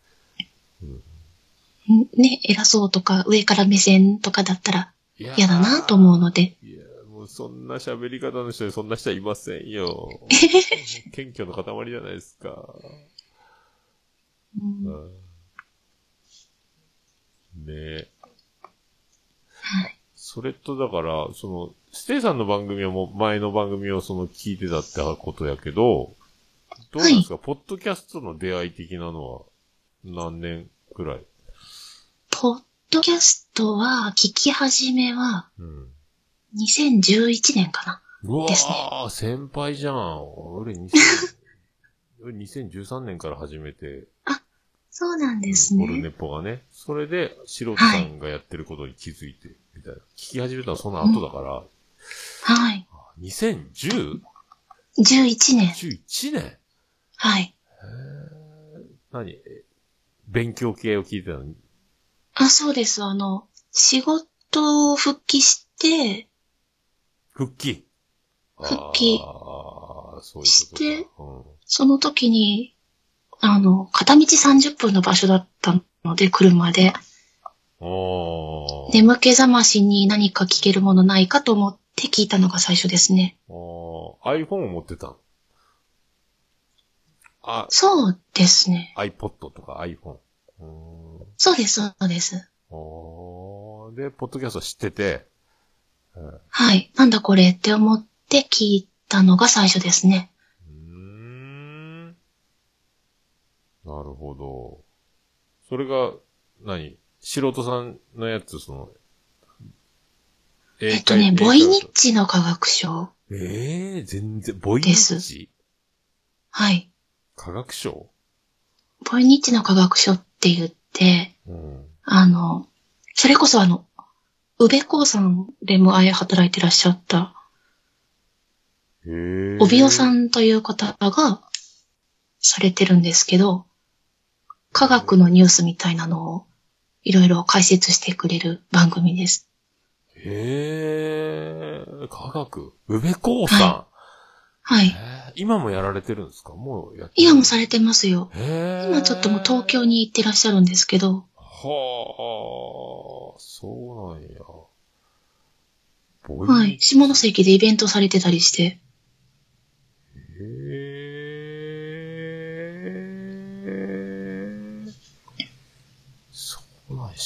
ね、偉そうとか上から目線とかだったらいや嫌だなと思うので。 ー、いや、もうそんな喋り方の人にそんな人はいませんよ。謙虚の塊じゃないですか。 うん、 うん、ねえ。 はい。 それとだから、その、ステイさんの番組はもう前の番組をその聞いてたってことやけど、どうはい。 なんですかポッドキャストの出会い的なのは何年くらいポッドキャストは聞き始めはうん。 にせんじゅういちねんかなうですね。 わー、先輩じゃん。俺にせん、俺にせんじゅうさんねんから始めて、 あ、そうなんでうん、オルネすね。 ポがね。それで、素人はい。 さんがやってることに気づいて、みたいな。聞き始めたのそのうん、 後だから、 はい。 にせんじゅう? じゅういちねん。 じゅういちねんはい。 何え勉強系を聞いてたのにあ、そうです。あの、仕事を復帰して、 復帰復帰ああ、そういうことか。 して、 うん。 その時に、あの、片道さんじゅっぷんの場所だったので、車で。 ああ。 眠気覚ましに何か聞けるものないかと思って聞いたのが最初ですね。 ああ、iPhone を持ってたのあ、 そうですね。 iPod とか iPhone。うーん。 そうです、そうです。 あーで、ポッドキャスト知ってて、えーうはい。なんだこれって思って聞いたのが最初ですね。 ーん。なるほど。それが何、素人さんのやつ、その、英会、 えっとね、ボイニッ英会話と。 チの科学賞ええー、全然、ボイニッです。 チはい。 科学賞ボイニッチの科学賞って言って、 うん。 あの、それこそあの、宇部興産でもあや働いてらっしゃった、 へえ。 帯尾さんという方がされてるんですけど、科学のニュースみたいなのをいろいろ解説してくれる番組です。 へえ、科学。宇部興はい。 産。 はい。 へえ、今もやられてるんですかもうやってないの今もされてますよ。今ちょっともう東京へえ。 に行ってらっしゃるんですけど、 はあ、そうなんや。ボイはい。 ニッ下チ。 関でイベントされてたりして、 へえ。そうなんや、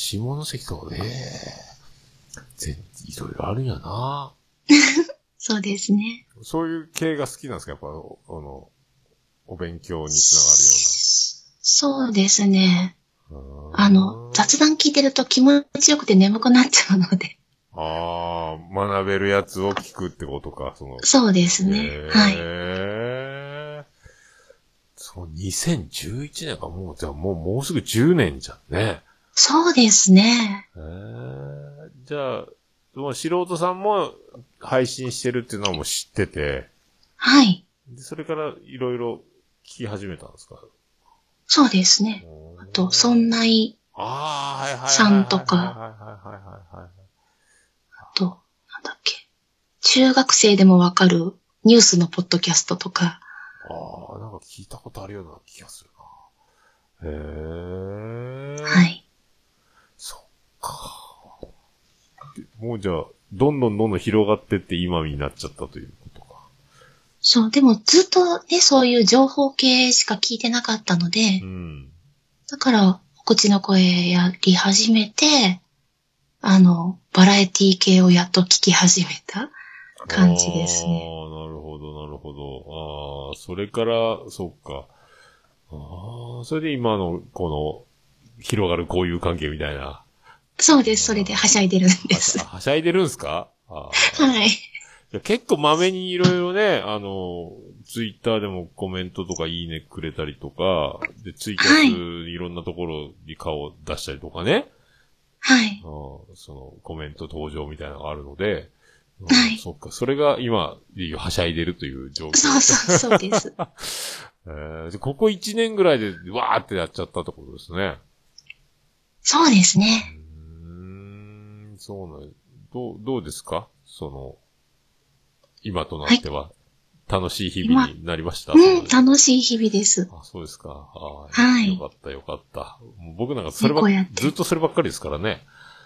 下関とかね。全、いろいろあるんやな。 そうですね。 そういう系が好きなんですか？やっぱ、あの、お勉強につながるよそうですね。 うな。 あの、雑談聞いてると気持ちよくて眠くなっちゃうので。 ああ、学べるやつを聞くってことか、その。 そうですね。はい。 へー。そう、にせんじゅういちねんか、もう、じゃあもう、もうすぐじゅうねんじゃんね。 そうですね。 へー。じゃあ、もう素人さんも配信してるっていうのはもう知ってて。 はい。 でそれからいろいろ聞き始めたんですか？ そうですね。あと、そんないああ、はいはいはい。 さんとか、 はいはいはいはいはい。 あと、なんだっけ。中学生でもわかるニュースのポッドキャストとか。 ああ、なんか聞いたことあるような気がするな。へえ。 はい。 そっか。もうじゃあ、どんどんどんどん広がってって今になっちゃったということか。 そう、でもずっとね、そういう情報系しか聞いてなかったので、 うん。 だから、お口の声やり始めて、あの、バラエティ系をやっと聞き始めた感じですね。 ああ、なるほど、なるほど。ああ、それから、そっか。ああ、それで今の、この、広がる交友関係みたいな。 そうです、それではしゃいでるんです。 はしゃいでるんすか？あはい。 いや結構まめにいろいろね、あの、ツイッターでもコメントとかいいねくれたりとか、で、ツイキャス、はい、いろんなところに顔を出したりとかね。 はい。 あそのコメント登場みたいなのがあるので、 はい。 そっか、それが今、はしゃいでるという状況。 そうそうそうです。 えー、ここいちねんぐらいでわーってやっちゃったってことですね。 そうですね。 うーん、そうなんどう、どうですか？その、今となっては、楽しい日々になりました？ うん、楽しい日々です。 あ、そうですか。あはい。 よかったよかった。僕なんかそればっかり、ずっとそればっかりですからね。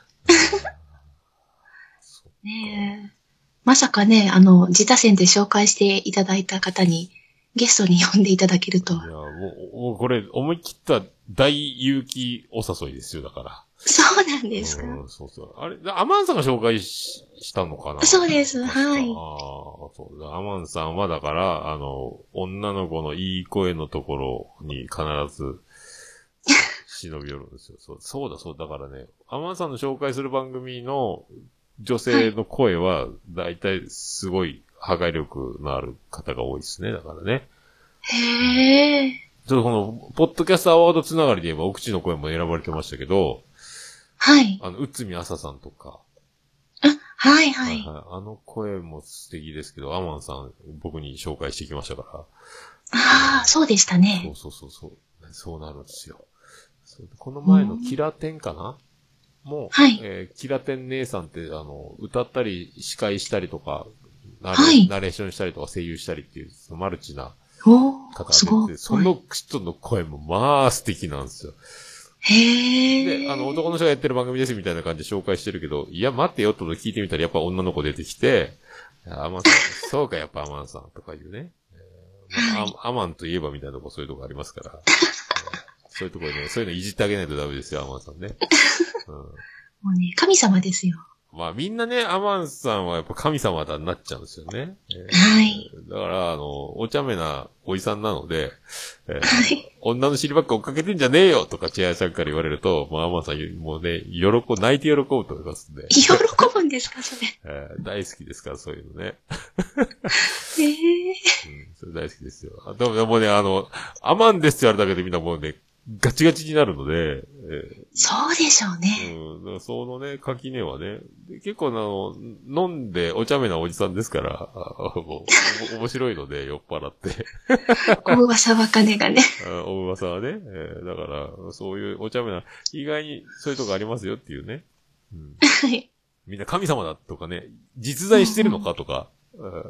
ねえ。まさかね、あの、自他戦で紹介していただいた方に、ゲストに呼んでいただけると。いや、 もう、もうこれ、思い切った大勇気お誘いですよ、だから。 そうなんですか？ うん、そうそう。あれ、アマンさんが紹介 し, したのかな？ そうです、はい。 ああ、そうだ。アマンさんはだから、あの、女の子のいい声のところに必ず、忍び寄るんですよ。そう、そうだ、そうだからね、アマンさんの紹介する番組の女性の声は、だいたいすごい破壊力のある方が多いですね、だからね。 へえ。 ちょっとこの、ポッドキャストアワードつながりで言えば、奥地の声も選ばれてましたけど、 はい。 あの、うつみあささんとか。 あ、はいはい。はいはい、あの声も素敵ですけど、アマンさん、僕に紹介してきましたから。 ああ、そうでしたね。 そうそうそうそう。そうなるんですよ。この前のキラテンかなもう、はい、えー、キラテン姉さんって、あの、歌ったり、司会したりとか、ナレ、はい、ナレーションしたりとか、声優したりっていう、そのマルチな方が出て、その人の声もまあ素敵なんですよ。 へー。 で、あの、男の人がやってる番組ですみたいな感じで紹介してるけど、いや、待ってよってこと聞いてみたら、やっぱ女の子出てきて、アマンさん、そうか、やっぱアマンさんとか言うね。えーまあ、アマンといえばみたいなとこそういうとこありますから。そういうところね、そういうのいじってあげないとダメですよ、アマンさんね。 うん、もうね、神様ですよ。 まあみんなね、アマンさんはやっぱ神様だになっちゃうんですよね。えー、 はい。 だから、あの、お茶目なおじさんなので、えーはい、女の尻ばっか追っかけてんじゃねえよとか、千早さんから言われると、もうアマンさんもうね、喜ぶ、泣いて喜ぶと思いますんで。 喜ぶんですか、それ。 えー、大好きですから、そういうのね。 えー、 うん、それ大好きですよ。でも、でもね、あの、アマンですって言われただけでみんなもうね、ガチガチになるので、えー、 そうでしょうね。 うん、だからそのね、垣根はね、結構あの、飲んでお茶目なおじさんですから、面白いので、酔っ払って。 お噂は金がね。 お噂はね、えー、だから、そういうお茶目な、意外にそういうとこありますよっていうね。うん、はい。みんな神様だとかね、実在してるのかとか、うんうん、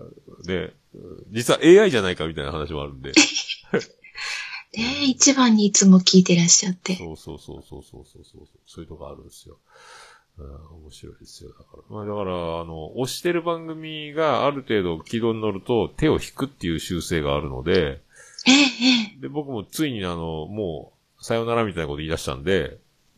ね、実は エーアイ じゃないかみたいな話もあるんで。 ねえ、一番にいつも聞いてらっしゃって。 そうそうそうそうそうそうそう。そういうとこあるんですよ。うん、面白いですよ。だから。まあだから、あの、推してる番組がある程度軌道に乗ると手を引くっていう習性があるので、 ええ、ええ。 で、僕もついにあの、もう、さよならみたいなこと言い出したんで、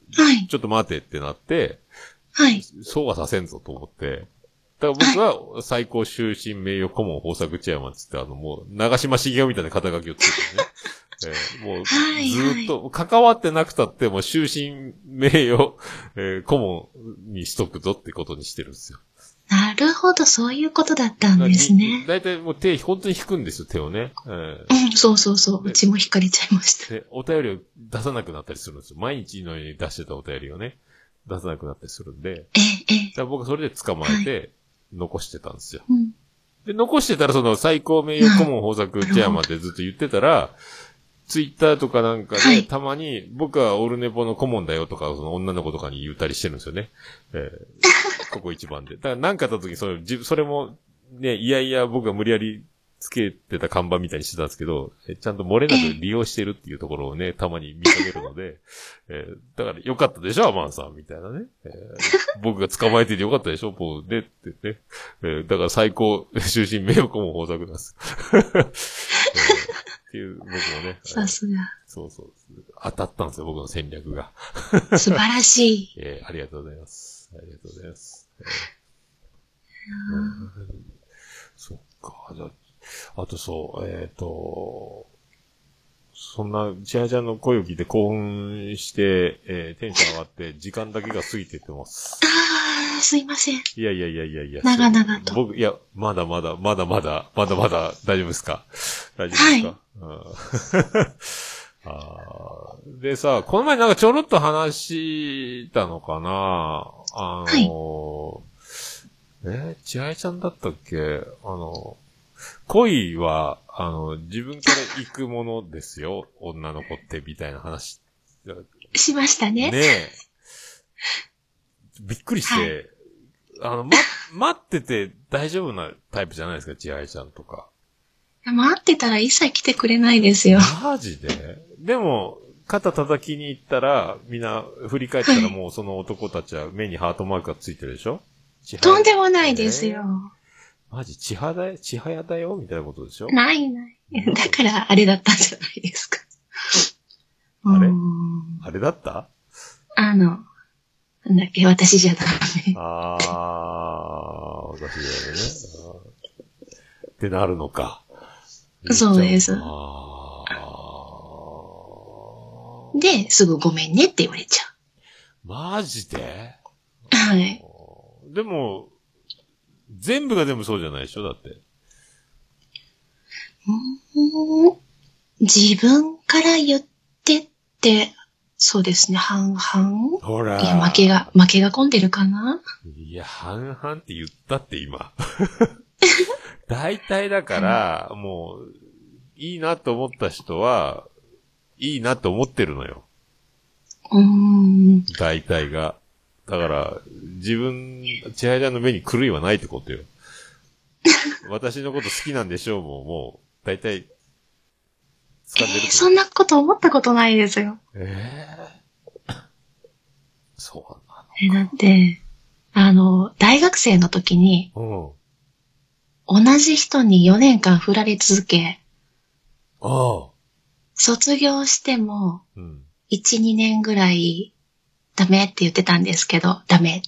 はい。 ちょっと待てってなって、 はい。 そうはさせんぞと思って、だから僕は最高終身名誉顧問豊作チェアマンつって、あのもう、長島茂雄みたいな肩書きをつけてね。えー、もう、 はい。 ずーっと、関わってなくたっても終身名誉、えー、顧問にしとくぞってことにしてるんですよ。 なるほど、そういうことだったんですね。 だいたいもう手、本当に引くんですよ、手をね。えー、 うん、そうそうそう。うちも引かれちゃいました。 で、お便りを出さなくなったりするんですよ。毎日のように出してたお便りをね、出さなくなったりするんで。 ええ、ええ。 だから僕はそれで捕まえて、残してたんですよ。 うん、 で、残してたらその最高名誉顧問豊作チェアマンってずっと言ってたら、ツイッターとかなんかで、はい、たまに僕はオルネポの顧問だよとか、その女の子とかに言ったりしてるんですよね。えー、ここ一番で。だからなんかあった時にそれ、それも、ね、いやいや僕が無理やりつけてた看板みたいにしてたんですけど、ちゃんと漏れなく利用してるっていうところをね、たまに見かけるので、えー、だからよかったでしょ、アマンさんみたいなね。えー、僕が捕まえててよかったでしょ、もうねってね。えー、だから最高終身名誉顧問豊作なんです。えーっていう、僕もね。 さすが。 そうそう。当たったんですよ、僕の戦略が。 素晴らしい。 えー、ありがとうございます。ありがとうございます。えーうん、そっか。じゃあ、あとそう、えっ、ー、と、そんな、ちはちゃんの声を聞いて興奮して、えー、テンション上がって、時間だけが過ぎてってます。 ああ、すいません。いやいやいやいやいや。 長々と。 僕、いや、まだまだ、まだまだ、まだまだ、大丈夫ですか？大丈夫ですか？はい。あでさ、この前なんかちょろっと話したのかなあの、はい、え、ちはやちゃんだったっけあの、恋は、あの、自分から行くものですよ。女の子って、みたいな話。 しましたね。 ねえ。びっくりして、はい、あの、ま、待ってて大丈夫なタイプじゃないですか、ちはやちゃんとか。 待ってたら一切来てくれないですよ。 マジで？でも、肩叩きに行ったら、みんな振り返ったらもうその男たちは目にハートマークがついてるでしょ？ とんでもないですよ。 えー、マジ、ちはだよ、ちはやだよみたいなことでしょ？ ないない。だからあれだったんじゃないですか。 あれあれだった？ あの、なんだっけ、私じゃダメ。 あー、私じゃダメね。ってなるのか。 そうです。で、すぐごめんねって言われちゃう。マジで？ はい。 でも、全部が全部そうじゃないでしょだって。 うーん、自分から言ってって、そうですね、半々。 ほら。 いや、負けが、負けが込んでるかな？ いや、半々って言ったって今。大体だから、もう、いいなと思った人は、いいなと思ってるのよ。 うーん。 大体が。だから、自分、ちはやちゃんの目に狂いはないってことよ。私のこと好きなんでしょうもう、もう、大体、 掴んでる、えー。そんなこと思ったことないですよ。 ええー。そうなのか。 え、だって、あの、大学生の時に、うん、同じ人によねんかん振られ続け、 ああ。 卒業しても、うん、いち、にねんぐらい、ダメって言ってたんですけど、ダメって。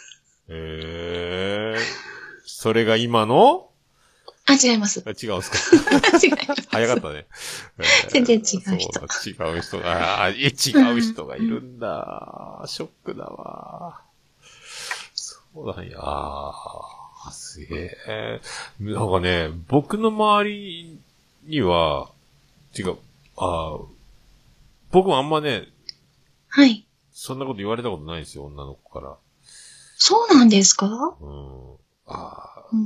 ええー。それが今の？ あ、違います。 あ、違うんすか？ 違います。 早かったね。 えー、全然違う人。 そう違う人が、あ、え、違う人がいるんだ。うん、ショックだわ。そうなんや。あ、すげえ。なんかね、僕の周りには、違う。あ、僕もあんまね、 はい。 そんなこと言われたことないんですよ、女の子から。 そうなんですか？うん。 ああ、うん、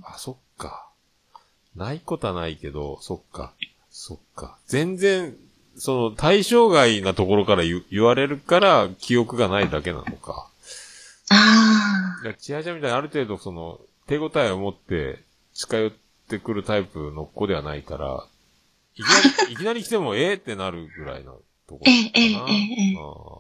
あ、そっか。ないことはないけど、そっか。そっか。全然、その、対象外なところから 言, 言われるから、記憶がないだけなのか。 ああ。 ちはちゃんみたいにある程度、その、手応えを持って近寄ってくるタイプの子ではないから、いきなり、いきなり来てもええってなるぐらいのところかな。 ええ、ええ、ええ。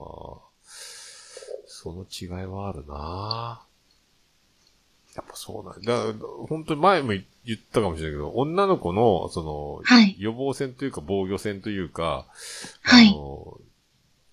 その違いはあるな。やっぱそうなんだ。だから、本当に前も言ったかもしれないけど、女の子の、その、はい、予防線というか防御線というか、 はい、 あの、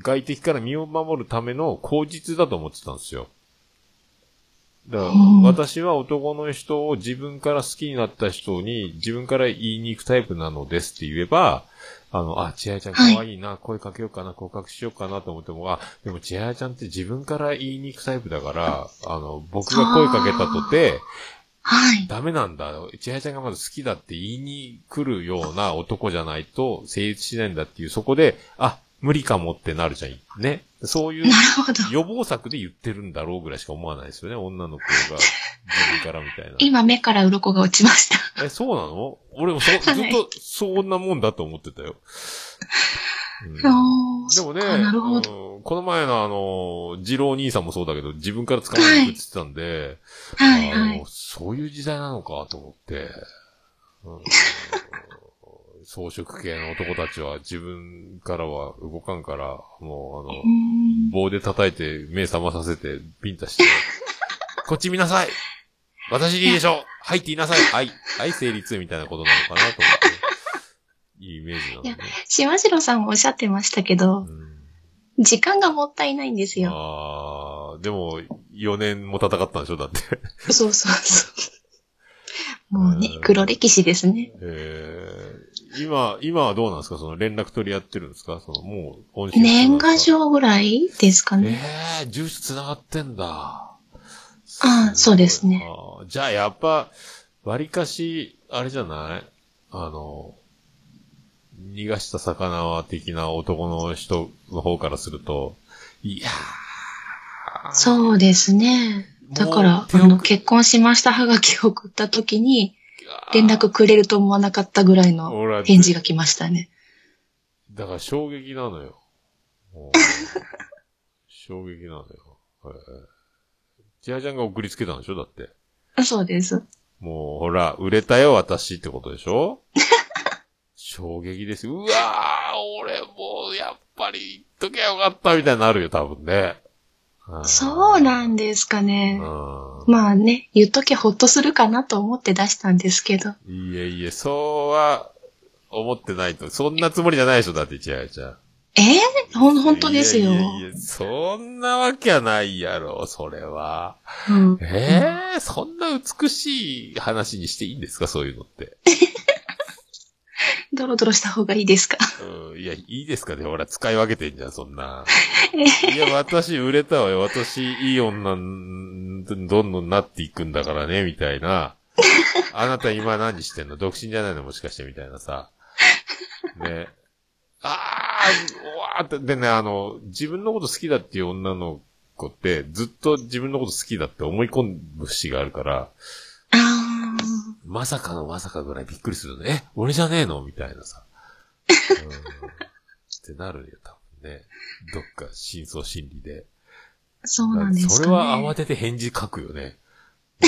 外敵から身を守るための口実だと思ってたんですよ。だから、私は男の人を自分から好きになった人に自分から言いに行くタイプなのですって言えば、あの、あ、ちはやちゃん可愛いな、はい、声かけようかな、告白しようかなと思っても、あ、でもちはやちゃんって自分から言いに行くタイプだから、あの、僕が声かけたとて、はい。ダメなんだ。ちはやちゃんがまず好きだって言いに来るような男じゃないと成立しないんだっていう、そこで、あ、無理かもってなるじゃん。ね。そういう予防策で言ってるんだろうぐらいしか思わないですよね。女の子が自分からみたいな。 今目から鱗が落ちました。 え、そうなの？俺もそ、はい、ずっとそんなもんだと思ってたよ。うん、でもね、なるほど、うん、この前のあの、二郎兄さんもそうだけど、自分から使わないでくって言ってたんで、はい、はいはい、そういう時代なのかと思って、うん装飾系の男たちは自分からは動かんから、もうあの、棒で叩いて目覚まさせてビンタして、こっち見なさい私でいいでしょはいって言いなさいはい、はい成立みたいなことなのかなと思って。いいイメージなのね。いや、 島次郎さんもおっしゃってましたけど、うん、時間がもったいないんですよ。 ああ、でもよねんも戦ったんでしょだって。 そうそうそう。もうね、黒歴史ですね。 へー今、今はどうなんですかその連絡取り合ってるんですかそのもう本州年賀状ぐらいですかね。 ええー、住所繋がってんだ。 ああ、そうですね。 あじゃあやっぱ、割かし、あれじゃないあの、逃がした魚は的な男の人の方からすると、いやー。そうですね。だから、あの、結婚しましたハガキを送った時に、連絡くれると思わなかったぐらいの返事が来ましたね。 だから衝撃なのよ。衝撃なのよ。ちはちゃんが送りつけたんでしょだって。 そうです。 もう、ほら、売れたよ私ってことでしょ衝撃です。うわー、俺もうやっぱり言っときゃよかったみたいになるよ、多分ね。 そうなんですかね。まあね、言っときゃほっとするかなと思って出したんですけど。 いえいえ、そうは思ってないと。そんなつもりじゃないでしょ、だって、ちはちゃん。 えー、ほん、本当ですよ。いやいやいや、 そんなわけはないやろ、それは。うん、えー、そんな美しい話にしていいんですか、そういうのって。 ドロドロした方がいいですか？ うん、いや、いいですかね。ほら、使い分けてんじゃん、そんな。いや、私売れたわよ。私、いい女、どんどんなっていくんだからね、みたいな。あなた今何してんの？独身じゃないのもしかしてみたいなさ。ね。あー、うわーって、でね、あの、自分のこと好きだっていう女の子って、ずっと自分のこと好きだって思い込む節があるから、まさかのまさかぐらいびっくりするね。え、俺じゃねえのみたいなさ。うん、ってなるよ、多分ね。どっか深層心理で。 そうなんですかね。 それは慌てて返事書くよね。うん、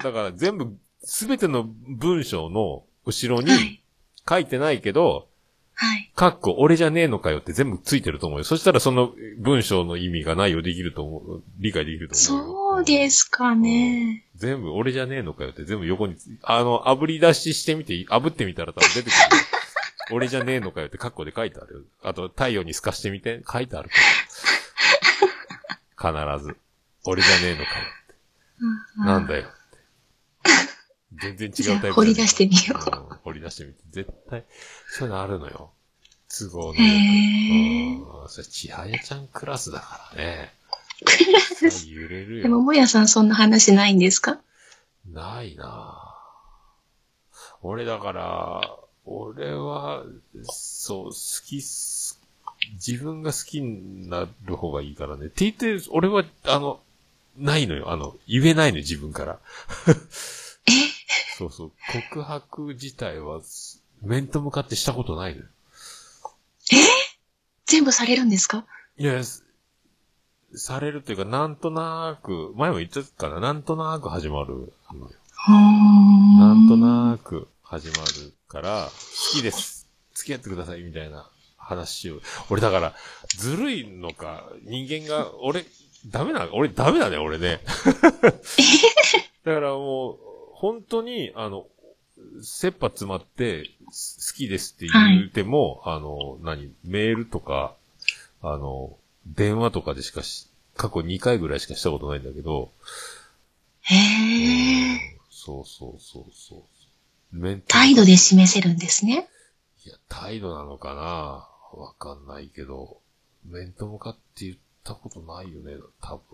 だから全部、すべての文章の後ろに書いてないけど、はい。かっこ、俺じゃねえのかよって全部ついてると思うよ。そしたらその文章の意味が内容できると思う。理解できると思うよ。 そうですかね。 うん、全部、俺じゃねえのかよって全部横に、あの、炙り出ししてみて、炙ってみたら多分出てくる。俺じゃねえのかよってカッコで書いてある。あと、太陽に透かしてみて、書いてあるから。必ず。俺じゃねえのかよって。うん、なんだよって。全然違うタイプ。 掘り出してみよう、 うん。掘り出してみて。絶対、そういうのあるのよ。都合のよく。 へうん。それ、ちはやちゃんクラスだからね。 クラス揺れるよ。でも、もやさんそんな話ないんですか？ ないなぁ。俺だから、俺は、そう、好き、自分が好きになる方がいいからね。って言って、俺は、あの、ないのよ。あの、言えないのよ、自分から。 えそうそう。告白自体は、面と向かってしたことないのよ。 え全部されるんですか？ いや、されるっていうか、なんとなく、前も言ったかな、なんとなく始まるのよ。なんとなく始まるから、好きです。付き合ってください、みたいな話を。俺だから、ずるいのか、人間が、俺、ダメな、俺ダメだね、俺ね。だからもう、本当に、あの、切羽詰まって、好きですって言っても、はい、あの、何、メールとか、 あの、電話とかでしかし、過去にかいぐらいしかしたことないんだけど、 へえ。 そうそうそうそう。面と態度で示せるんですね。 いや、態度なのかなわかんないけど、面と向かって言ったことないよね、多分。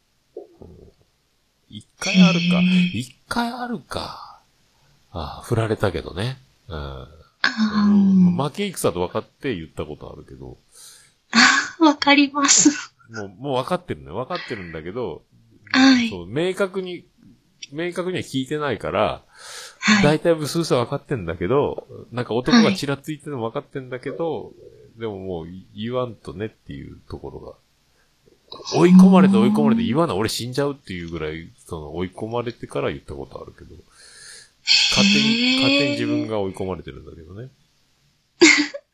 一、うん、回あるか。一回あるか。ああ、振られたけどね。うん。うん、負け戦と分かって言ったことあるけど。 ああ、わかります。 もう、もう分かってるのよ。分かってるんだけど、 はい。 そう、明確に、明確には聞いてないから、 はい。 大体ブスースは分かってんだけど、なんか男がちらついてるの分かってんだけど、はい、でももう言わんとねっていうところが。追い込まれて追い込まれて言わな、俺死んじゃうっていうぐらい、その追い込まれてから言ったことあるけど、勝手に、勝手に自分が追い込まれてるんだけどね。うん、だ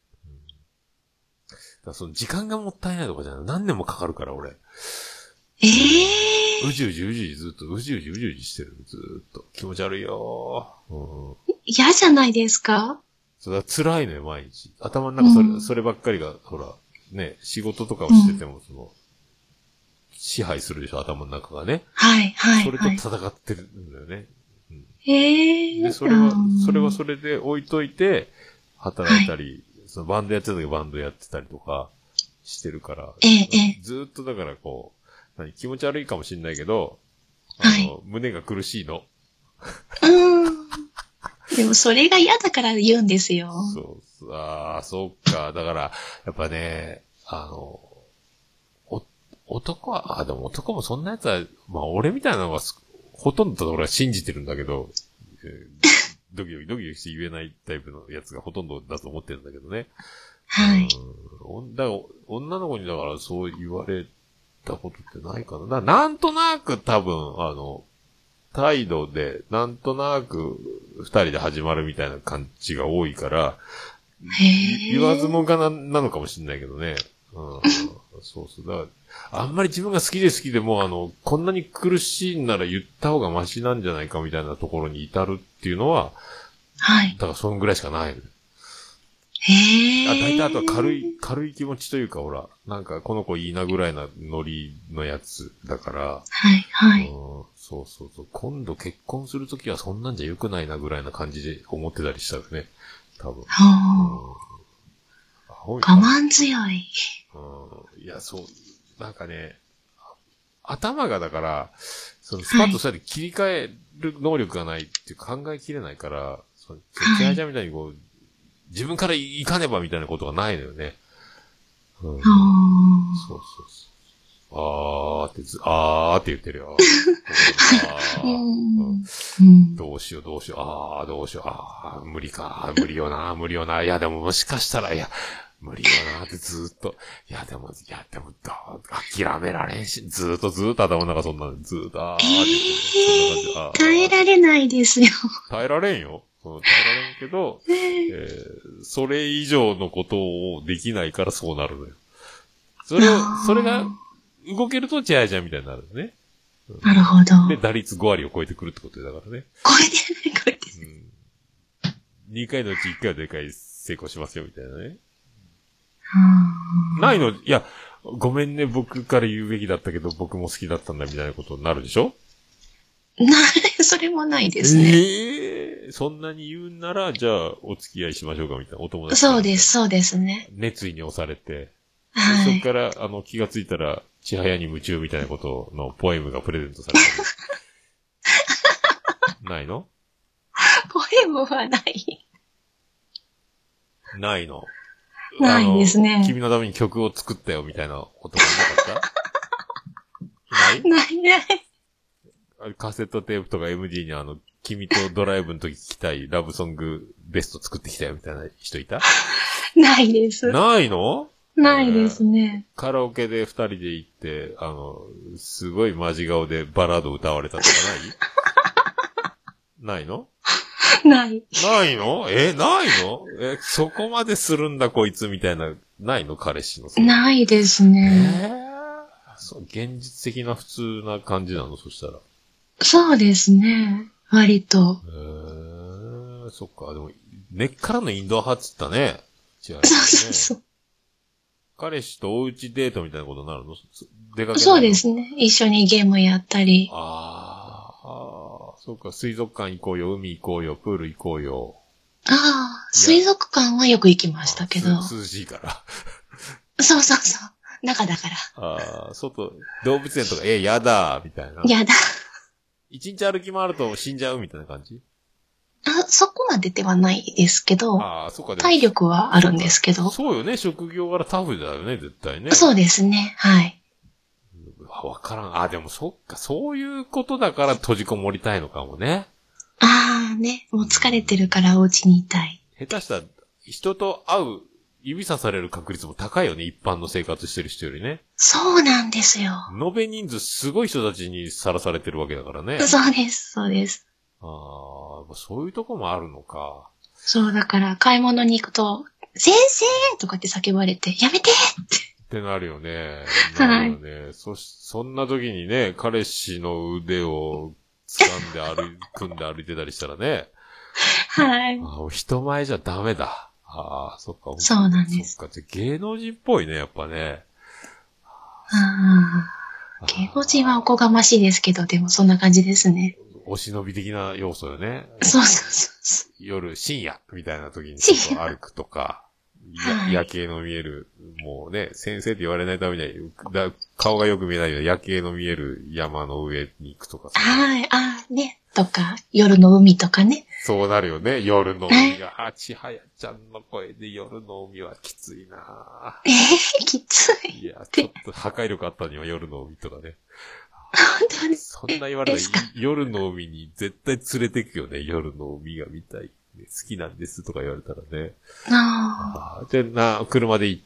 からその時間がもったいないとかじゃない。何年もかかるから俺。 ええー。 うじうじうじうじずっと、うじうじうじうじしてる。ずーっと。気持ち悪いよー。うん、 嫌じゃないですか？ それは辛いのよ、毎日。頭の中それ、うん、そればっかりが、ほら、ね、仕事とかをしてても、その、うん、支配するでしょ、頭の中がね。 はい、はい。 それと戦ってるんだよね。うん、 へえー。 で、それは、それはそれで置いといて、働いたり、はい、そのバンドやってた時バンドやってたりとかしてるから、 ええ、ええ。 ずーっとだからこう、何、気持ち悪いかもしんないけど、あの、はい、胸が苦しいの。 うん。でもそれが嫌だから言うんですよ。 そう、ああ、そうか。だから、やっぱね、あの、お、男は、あ、でも男もそんなやつは、まあ俺みたいなのは、ほとんど俺は信じてるんだけど、えー、ドキドキドキドキして言えないタイプのやつがほとんどだと思ってるんだけどね。 はい。 うん。だから女の子にだからそう言われたことってないかな。だなんとなく多分、あの、態度で、なんとなく、二人で始まるみたいな感じが多いから、言わずもがな、なのかもしれないけどね。うん、そうそう。だから、あんまり自分が好きで好きでも、あの、こんなに苦しいんなら言った方がマシなんじゃないかみたいなところに至るっていうのは、 はい。 だからそのぐらいしかない。 へー。 あ、大体あとは軽い、軽い気持ちというか、ほら、なんかこの子いいなぐらいなノリのやつだから、 はい、はい。 うん、そうそうそう。今度結婚するときはそんなんじゃ良くないなぐらいな感じで思ってたりしたよね。多分。 はあ、うん。我慢強い。 うん。いや、そう。なんかね、頭がだから、そのスパッとそうやって切り替える能力がないっていう考えきれないから、その、キャージャーみたいにこう、自分から行かねばみたいなことがないのよね。うん、そうそうそう。あーってず、あーって言ってるよ。あー、うんうん、どうしようどうしよう。あーどうしよう。あー無理か。無理よな。無理よな。いやでももしかしたら、いや、無理よなってずーっと。いやでも、いやでも、諦められんし、ずーっとずーっと頭の中そんな、ずーっと、あーって言ってる。 えー、そんな感じ。耐えられないですよ。 耐えられんよ。耐えられんけど、えー、それ以上のことをできないからそうなるのよ。それを、それが動けるとチャージャーみたいになるね。 うん、なるほど。 で、打率ご割を超えてくるってことだからね。 超えてない、超えてない。うん。にかいのうちいっかいはでかい成功しますよ、みたいなね。ないの、いや、ごめんね、僕から言うべきだったけど、僕も好きだったんだ、みたいなことになるでしょ？ ない、それもないですね。 ええー、そんなに言うんなら、じゃあ、お付き合いしましょうか、みたいな。お友達。 そうです、そうですね。 熱意に押されて。 はい。 そこから、あの、気がついたら、ちはやに夢中みたいなことのポエムがプレゼントされた。ないの？ ポエムはない。 ないの。 ないですね。 君のために曲を作ったよ、みたいなことがなかった？ない？ ないない。 カセットテープとか エムディー にあの、君とドライブの時聞きたいラブソングベスト作ってきたよみたいな人いた？ ないです。 ないの？ ないですね。 カラオケで二人で行って、あの、すごいマジ顔でバラード歌われたとかない？ないの？ ない。 ないの？え、ないの？え、そこまでするんだこいつみたいな、ないの？彼氏の。 ないですね。 えー、そう、現実的な普通な感じなの？そしたら。そうですね。割と。 へー、そっか。でも、根っからのインドア派っつったね。違う、ね。 そうそうそう。 彼氏とおうちデートみたいなことになるの？出かけないの？ そうですね。一緒にゲームやったり。 ああ、そうか、水族館行こうよ、海行こうよ、プール行こうよ。 ああ、水族館はよく行きましたけど。 涼しいから。 そうそうそう。中だから。 ああ、外、動物園とか、え、やだ、みたいな。 やだ。 一日歩き回ると死んじゃうみたいな感じ？ あ、そこまでではないですけど、 ああ、そっか、 体力はあるんですけど。 そうよね、職業柄タフだよね、絶対ね。 そうですね、はい。 わからん。あ、でもそっか、そういうことだから閉じこもりたいのかもね。 ああね、もう疲れてるからお家にいたい。 下手したら、人と会う、指さされる確率も高いよね、一般の生活してる人よりね。 そうなんですよ。 延べ人数すごい人たちにさらされてるわけだからね。 そうです、そうです。 ああ、そういうとこもあるのか。 そう、だから買い物に行くと、先生とかって叫ばれて、やめてって。 ってなるよね。 はい。 なるよね。そし、そんな時にね、彼氏の腕を掴んで歩い、組んで歩いてたりしたらね。 はい。 あ、人前じゃダメだ。ああ、そっか。 そうなんです。 そっか。じゃ芸能人っぽいね、やっぱね。 ああ。芸能人はおこがましいですけど、でもそんな感じですね。 お忍び的な要素よね。 そうそうそう。 夜、深夜みたいな時にちょっと歩くとか。 はい、 夜景の見える、もうね、先生って言われないためには、だ顔がよく見えないような夜景の見える山の上に行くとかさ。 はい、ああ、ね、とか、夜の海とかね。 そうなるよね、夜の海が。あ、ちはやちゃんの声で夜の海はきついなええー、きつい。 いや、ちょっと破壊力あったには夜の海とかね。 本当にそんな言われたら夜の海に絶対連れてくよね、夜の海が見たい。好きなんですとか言われたらね。 ああ。で、な、車で行って、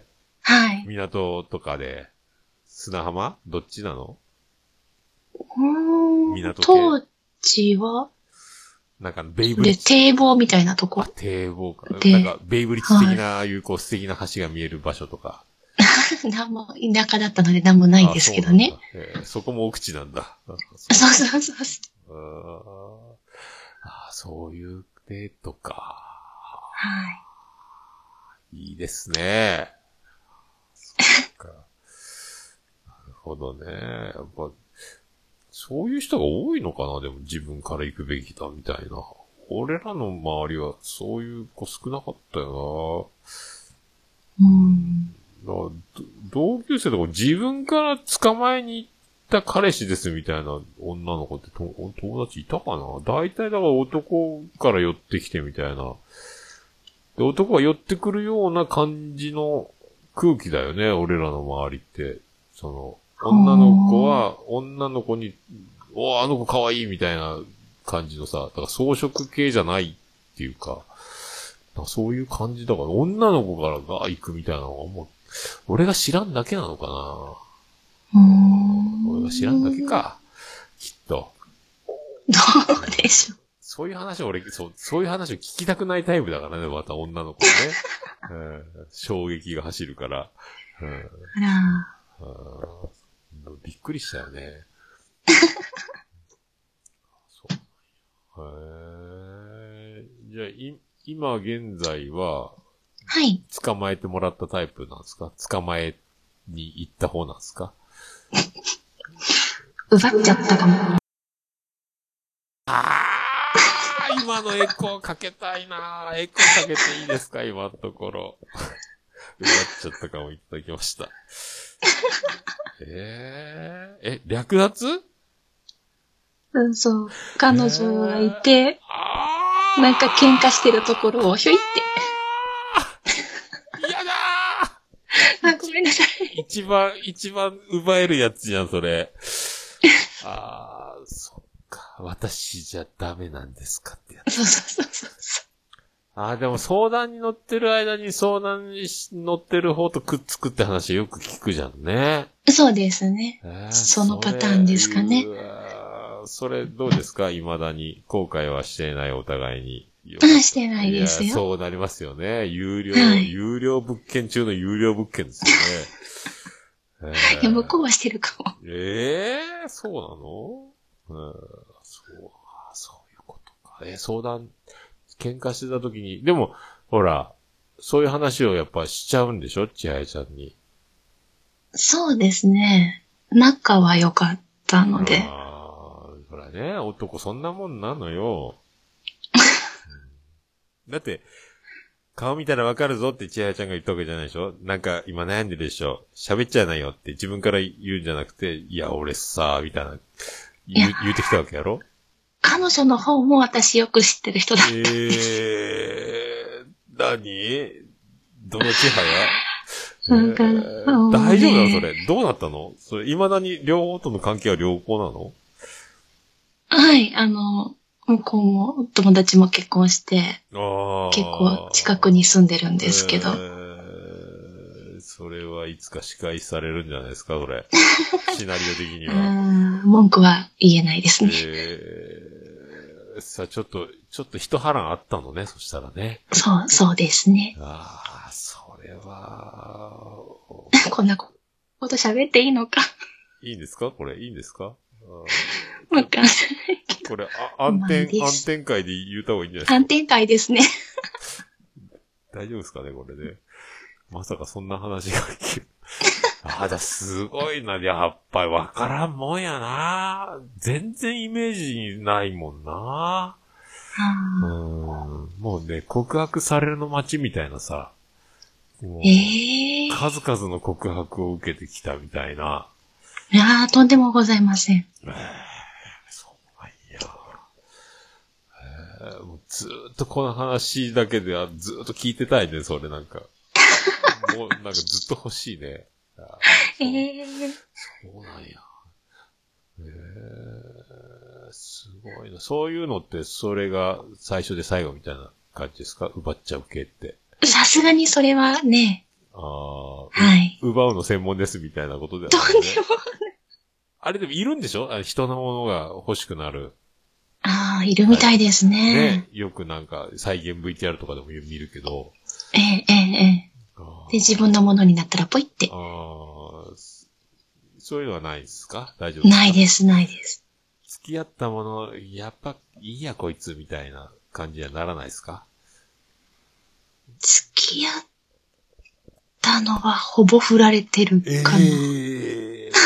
はい。 港とかで、砂浜どっちなの？ うーん。 港系当時は、 なんか、ベイブリッで、 ジ。 堤防みたいなとこ。 あ、堤防か。 でなんか、ベイブリッジ的な、ああいう、こう、素敵な橋が見える場所とか。 なんも、田舎だったのでなんもないんですけどね。 そ, えー、そこも奥地なんだ。 そうそうそうそう。 ああ、そういうデートか。 はい。 いいですね。そっか。なるほどね。やっぱ、そういう人が多いのかな、でも自分から行くべきだみたいな。俺らの周りはそういう子少なかったよな。うん。 同級生とか自分から捕まえに行った彼氏ですみたいな女の子ってと友達いたかな。大体だから男から寄ってきてみたいな。で、男が寄ってくるような感じの空気だよね、俺らの周りって。その、女の子は女の子に、おー、あの子可愛いみたいな感じのさ、だから装飾系じゃないっていうか、かそういう感じだから、女の子からが行くみたいなのはもう、俺が知らんだけなのかな。 うーん。 俺が知らんだけか。きっと。 どうでしょう。 そういう話を俺、そう、そういう話を聞きたくないタイプだからね、また女の子ね。うん、衝撃が走るから。うん、 あら。 うん、びっくりしたよね。そう。へー。じゃあ、い、今現在は、 はい。 捕まえてもらったタイプなんですか？捕まえに行った方なんですか？ 奪っちゃったかも。 あー、今のエコーかけたいなー。エコーかけていいですか？今のところ。奪っちゃったかもいただきました。えー、え、略奪？ うん、そう。彼女がいて、 えー、 なんか喧嘩してるところをひょいって。 嫌だーあ、ごめんなさい。 一番、一番奪えるやつじゃん、それ。あー、そっか。私じゃダメなんですかってやつ。 そうそうそうそう。 あー、でも相談に乗ってる間に相談に乗ってる方とくっつくって話よく聞くじゃんね。 そうですね。 えー、 そのパターンですかね。 それどうですか？未だに後悔はしていないお互いに。 あ、してないですよ。 いや、そうなりますよね。有料、はい、有料物件中の有料物件ですよね。 えー、いや、向こうはしてるかも。 ええー、そうなの？うん、そう、そういうことか。えー、相談、喧嘩してた時に、でも、ほら、 そういう話をやっぱしちゃうんでしょ千早ちゃんに。 そうですね。仲は良かったので。 ああ、そらね、男そんなもんなのよ。だって、顔見たらわかるぞって千早ちゃんが言ったわけじゃないでしょ。なんか今悩んでるでしょ。喋っちゃいないよって自分から言うんじゃなくて、いや俺さ、みたいな言う、言うてきたわけやろ。 彼女の方も私よく知ってる人だった。 えー、何どの千早なんか、 えー、大丈夫なのそれ。どうなったのそれ、未だに両方との関係は良好なの？ はい、あの、向こうも友達も結婚して、 あ結構近くに住んでるんですけど。えー、それはいつか仕返しされるんじゃないですか、それ。シナリオ的には。 文句は言えないですね。 えー、さあ、ちょっと、ちょっと一波乱あったのね、そしたらね。 そう、そうですね。 ああ、それは、 こんなこと喋っていいのか。 いいんですかこれ、いいんですかわかんないけど。 これ、あ、暗転、暗転会で言った方がいいんじゃないですか。 暗転会ですね。 大丈夫ですかねこれね。まさかそんな話ができる。あ、だ、すごいな。やっぱりわからんもんやな。全然イメージないもんな。うん。もうね、告白されるの街みたいなさ。もうえー、 数々の告白を受けてきたみたいな。 いやー、とんでもございません。 えー、そうなんや。えー、もうずーっとこの話だけではずーっと聞いてたいね、それなんか。もうなんかずっと欲しいね。 えー、 そうなんや。えー、すごいな。そういうのって、それが最初で最後みたいな感じですか？奪っちゃう系って。 さすがにそれはね。 ああ、 はい。 奪うの専門ですみたいなことではとない、ね。 んでもない。 あれでもいるんでしょ？あれ人のものが欲しくなる。 ああ、いるみたいですね。はい、 ね。よくなんか再現 ブイティーアール とかでも見るけど。 ええええええ。で、自分のものになったらポイって。 ああ、そういうのはないですか？大丈夫ですか？ ないです、ないです。 付き合ったもの、やっぱいいやこいつみたいな感じにはならないですか？ 付き合ったのはほぼ振られてるかな。 ええ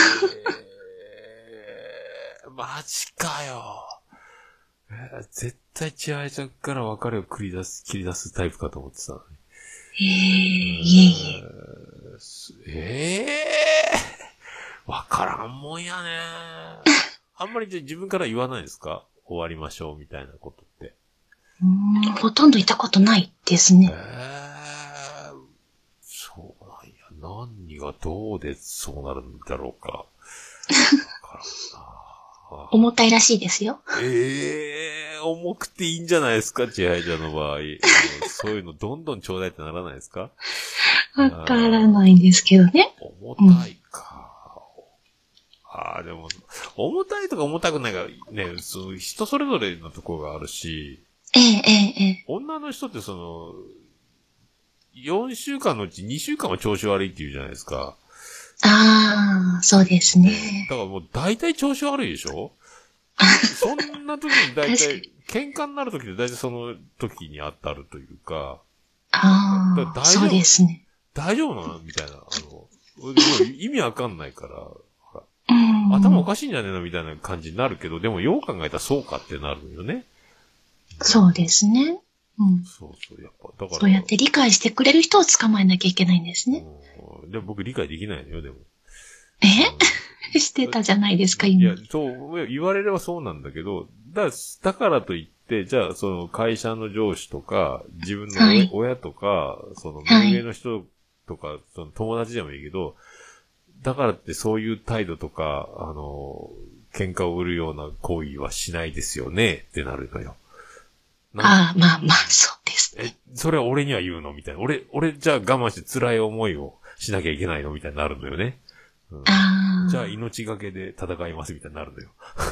ー、マジかよ。えー、絶対千早ちゃんから別れを繰り出す、切り出すタイプかと思ってたのに。 ええー、いえいえ。ええー、わからんもんやね。あんまりじゃ自分から言わないですか？終わりましょうみたいなことって。 うーん、ほとんどいたことないですね。 ええー、そうなんや。何がどうでそうなるんだろうか。わからんな。 重たいらしいですよ。 ええー、重くていいんじゃないですか、千早ちゃんの場合。そういうのどんどんちょうだいってならないですか？ わからないんですけどね。 重たいか。うん、ああ、でも、重たいとか重たくないか、ね、そう、人それぞれのところがあるし、 ええええええ。 女の人ってその、よんしゅうかんのうちにしゅうかんは調子悪いって言うじゃないですか。 ああ、そうですね。 だからもう大体調子悪いでしょ？そんな時に大体、喧嘩になる時で大体その時に当たるというか。 ああ、そうですね。 大丈夫なのみたいな。あの、意味わかんないから、 うん、 頭おかしいんじゃねえのみたいな感じになるけど、でもよう考えたらそうかってなるよね。 そうですね。うん。 そうそう、やっぱ、だから。 そうやって理解してくれる人を捕まえなきゃいけないんですね。 うん、でも僕理解できないのよ、でも。 え、うん、してたじゃないですか、今。 いや、そう言われればそうなんだけど、だ、だからといって、じゃあ、その会社の上司とか、自分の親、はい、親とか、その目上の人とか、はい、その友達でもいいけど、だからってそういう態度とか、あの、喧嘩を売るような行為はしないですよね、ってなるのよ。 ああ、まあまあ、そうですね。 え、それは俺には言うのみたいな。俺、俺じゃあ我慢して辛い思いをしなきゃいけないのみたいになるのよね。うん、あじゃあ命がけで戦いますみたいになるのよ。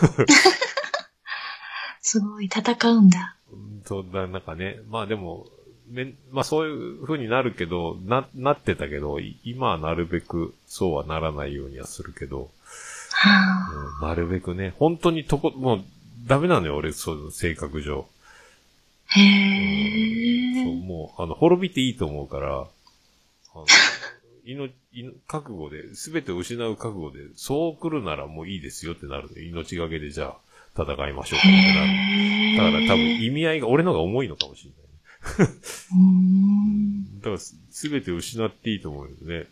すごい、戦うんだ。 そうだ、なんかね。まあでも、めまあそういう風になるけど、な、なってたけど、今はなるべくそうはならないようにはするけど、はあうん、なるべくね、本当にとこ、もうダメなのよ、俺、そう、性格上。 へー。 もう、あの、滅びていいと思うから、あの、命、覚悟で、すべてを失う覚悟で、そう来るならもういいですよってなるの。命がけでじゃあ、戦いましょうかってなる。だから多分意味合いが、俺のが重いのかもしれない。 うーんだから、すべてを失っていいと思うよね。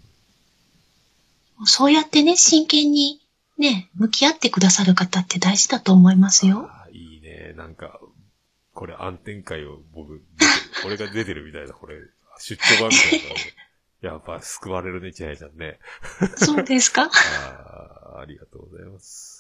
うん、そうやってね、真剣にね、向き合ってくださる方って大事だと思いますよ。 あいいね。なんか、これ暗転会を僕、俺が出てるみたいな、これ、出張版みたいな。やっぱ救われるね、千早ちゃんね。 そうですかあありがとうございます。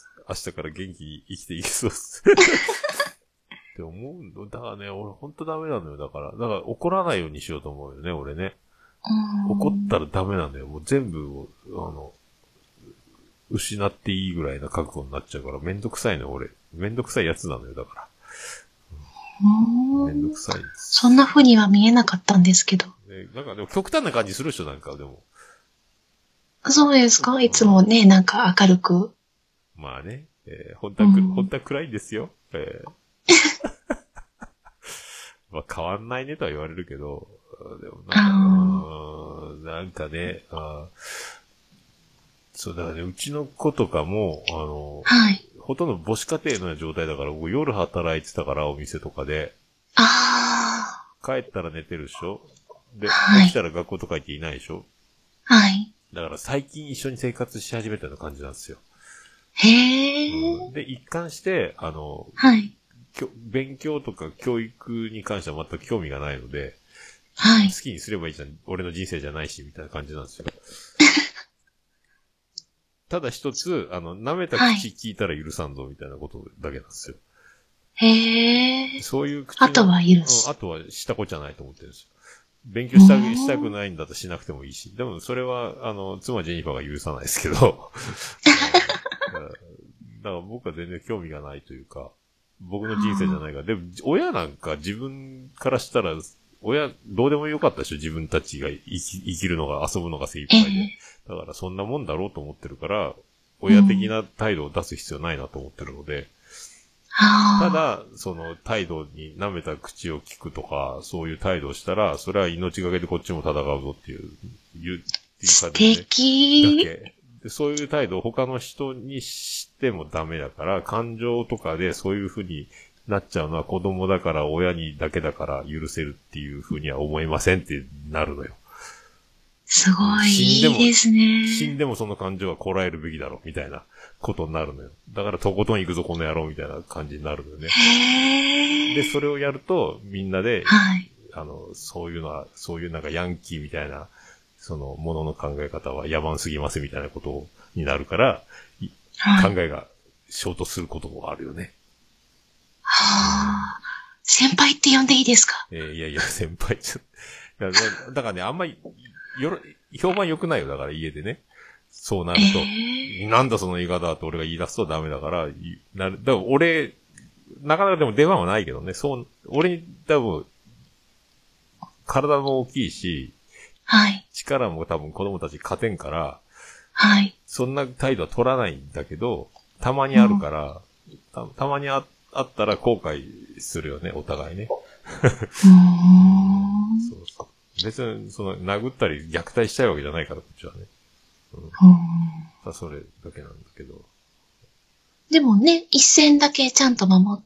明日から元気に生きていけそうっす。って思うんだ。だからね、俺ほんとダメなのよ。だから、だから怒らないようにしようと思うよね、俺ね。怒ったらダメなんだよ。もう全部を、あの、失っていいぐらいな覚悟になっちゃうから、めんどくさいの、俺。めんどくさいやつなのよ、だから。うん、めんどくさいです。 そんな風には見えなかったんですけど。 ね、なんかでも極端な感じする人なんか、でも。 そうですか、いつもね、なんか明るく。 まあね、えー、本当はく、うん、本当は暗いんですよ。えー、まあ変わんないねとは言われるけど、でもなんか、なんかね、あそうだからね、うちの子とかも、あの、 はい。 ほとんど母子家庭のような状態だから、僕夜働いてたから、お店とかで。 ああ。 帰ったら寝てるでしょで、 はい、 起きたら学校とか行っていないでしょはい。 だから最近一緒に生活し始めたような感じなんですよ。 へー、 うん。で、一貫して、あの、 はい。 勉強とか教育に関しては全く興味がないので、 はい。 好きにすればいいじゃん。俺の人生じゃないし、みたいな感じなんですよ。ただ一つ、あの、舐めた口聞いたら許さんぞ、みたいなことだけなんですよ。 へー。 そういう口の。 あとは許す。 うん、あとはしたこじゃないと思ってるんですよ。勉強したく、したくないんだとしなくてもいいし。でもそれは、あの、妻ジェニファーが許さないですけど。だから僕は全然興味がないというか、僕の人生じゃないから。でも、親なんか自分からしたら、親、どうでもよかったでしょ自分たちが生き、生きるのが、遊ぶのが精一杯で。だからそんなもんだろうと思ってるから、親的な態度を出す必要ないなと思ってるので、ただ、その態度に舐めた口を聞くとか、そういう態度をしたら、それは命がけでこっちも戦うぞっていう、いう、っていう感じで、ね。素敵。 だけで。そういう態度を他の人にしてもダメだから、感情とかでそういう風になっちゃうのは子供だから親にだけだから許せるっていう風には思いませんってなるのよ。 すごいいいですね。 死んでもその感情はこらえるべきだろ、みたいなことになるのよ。だからとことん行くぞ、この野郎、みたいな感じになるのよね。 へー。 で、それをやると、みんなで、 はい、あの、そういうのは、そういうなんかヤンキーみたいな、その、ものの考え方は野蛮すぎますみたいなことになるから、はい、考えが衝突することもあるよね。 はぁ、先輩って呼んでいいですか？ えー、いやいや、先輩ちょっと。いや、だからね、あんまり、よろ、評判良くないよ。だから家でね。そうなると。えー、なんだその言い方って俺が言い出すとダメだから、なる、だから俺、なかなかでも出番はないけどね。そう、俺に多分、体も大きいし、 はい。 力も多分子供たち勝てんから、 はい。 そんな態度は取らないんだけど、たまにあるから、うん、た, たまに あ, あったら後悔するよね、お互いね。 うーんそうそう。別に、その、殴ったり虐待したいわけじゃないから、こっちはね。うん。 うんたそれだけなんだけど。 でもね、一線だけちゃんと守って、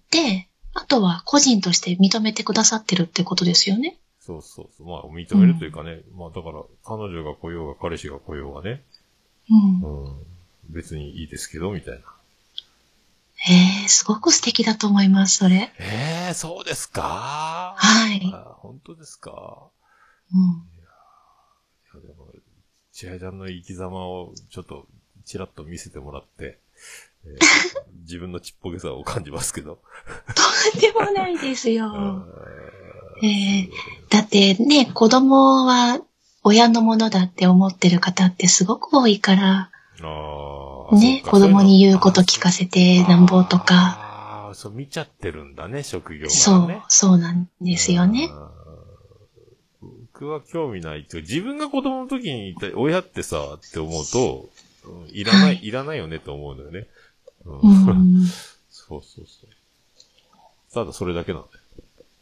あとは個人として認めてくださってるってことですよね。 そうそうそう。まあ、認めるというかね。うん、まあ、だから、彼女が来ようが、彼氏が来ようがね。うん。うん。別にいいですけど、みたいな。 へえ、すごく素敵だと思います、それ。 ええ、そうですか？ はい。 あ、本当ですか？ うん。いや、いやでも、千早ちゃんの生き様をちょっと、ちらっと見せてもらって、えー、自分のちっぽけさを感じますけど。 とんでもないですよ。えー、だってね、子供は親のものだって思ってる方ってすごく多いから、 あね、子供に言うこと聞かせてなんぼとか。 ああ、そう、見ちゃってるんだね、職業がね。 そう、そうなんですよね。 僕は興味ないっていうか、自分が子供の時にいた親ってさ、って思うと、うん、いらない、はい、いらないよねと思うんだよね。うん、うんそうそうそう。ただそれだけなんだよ。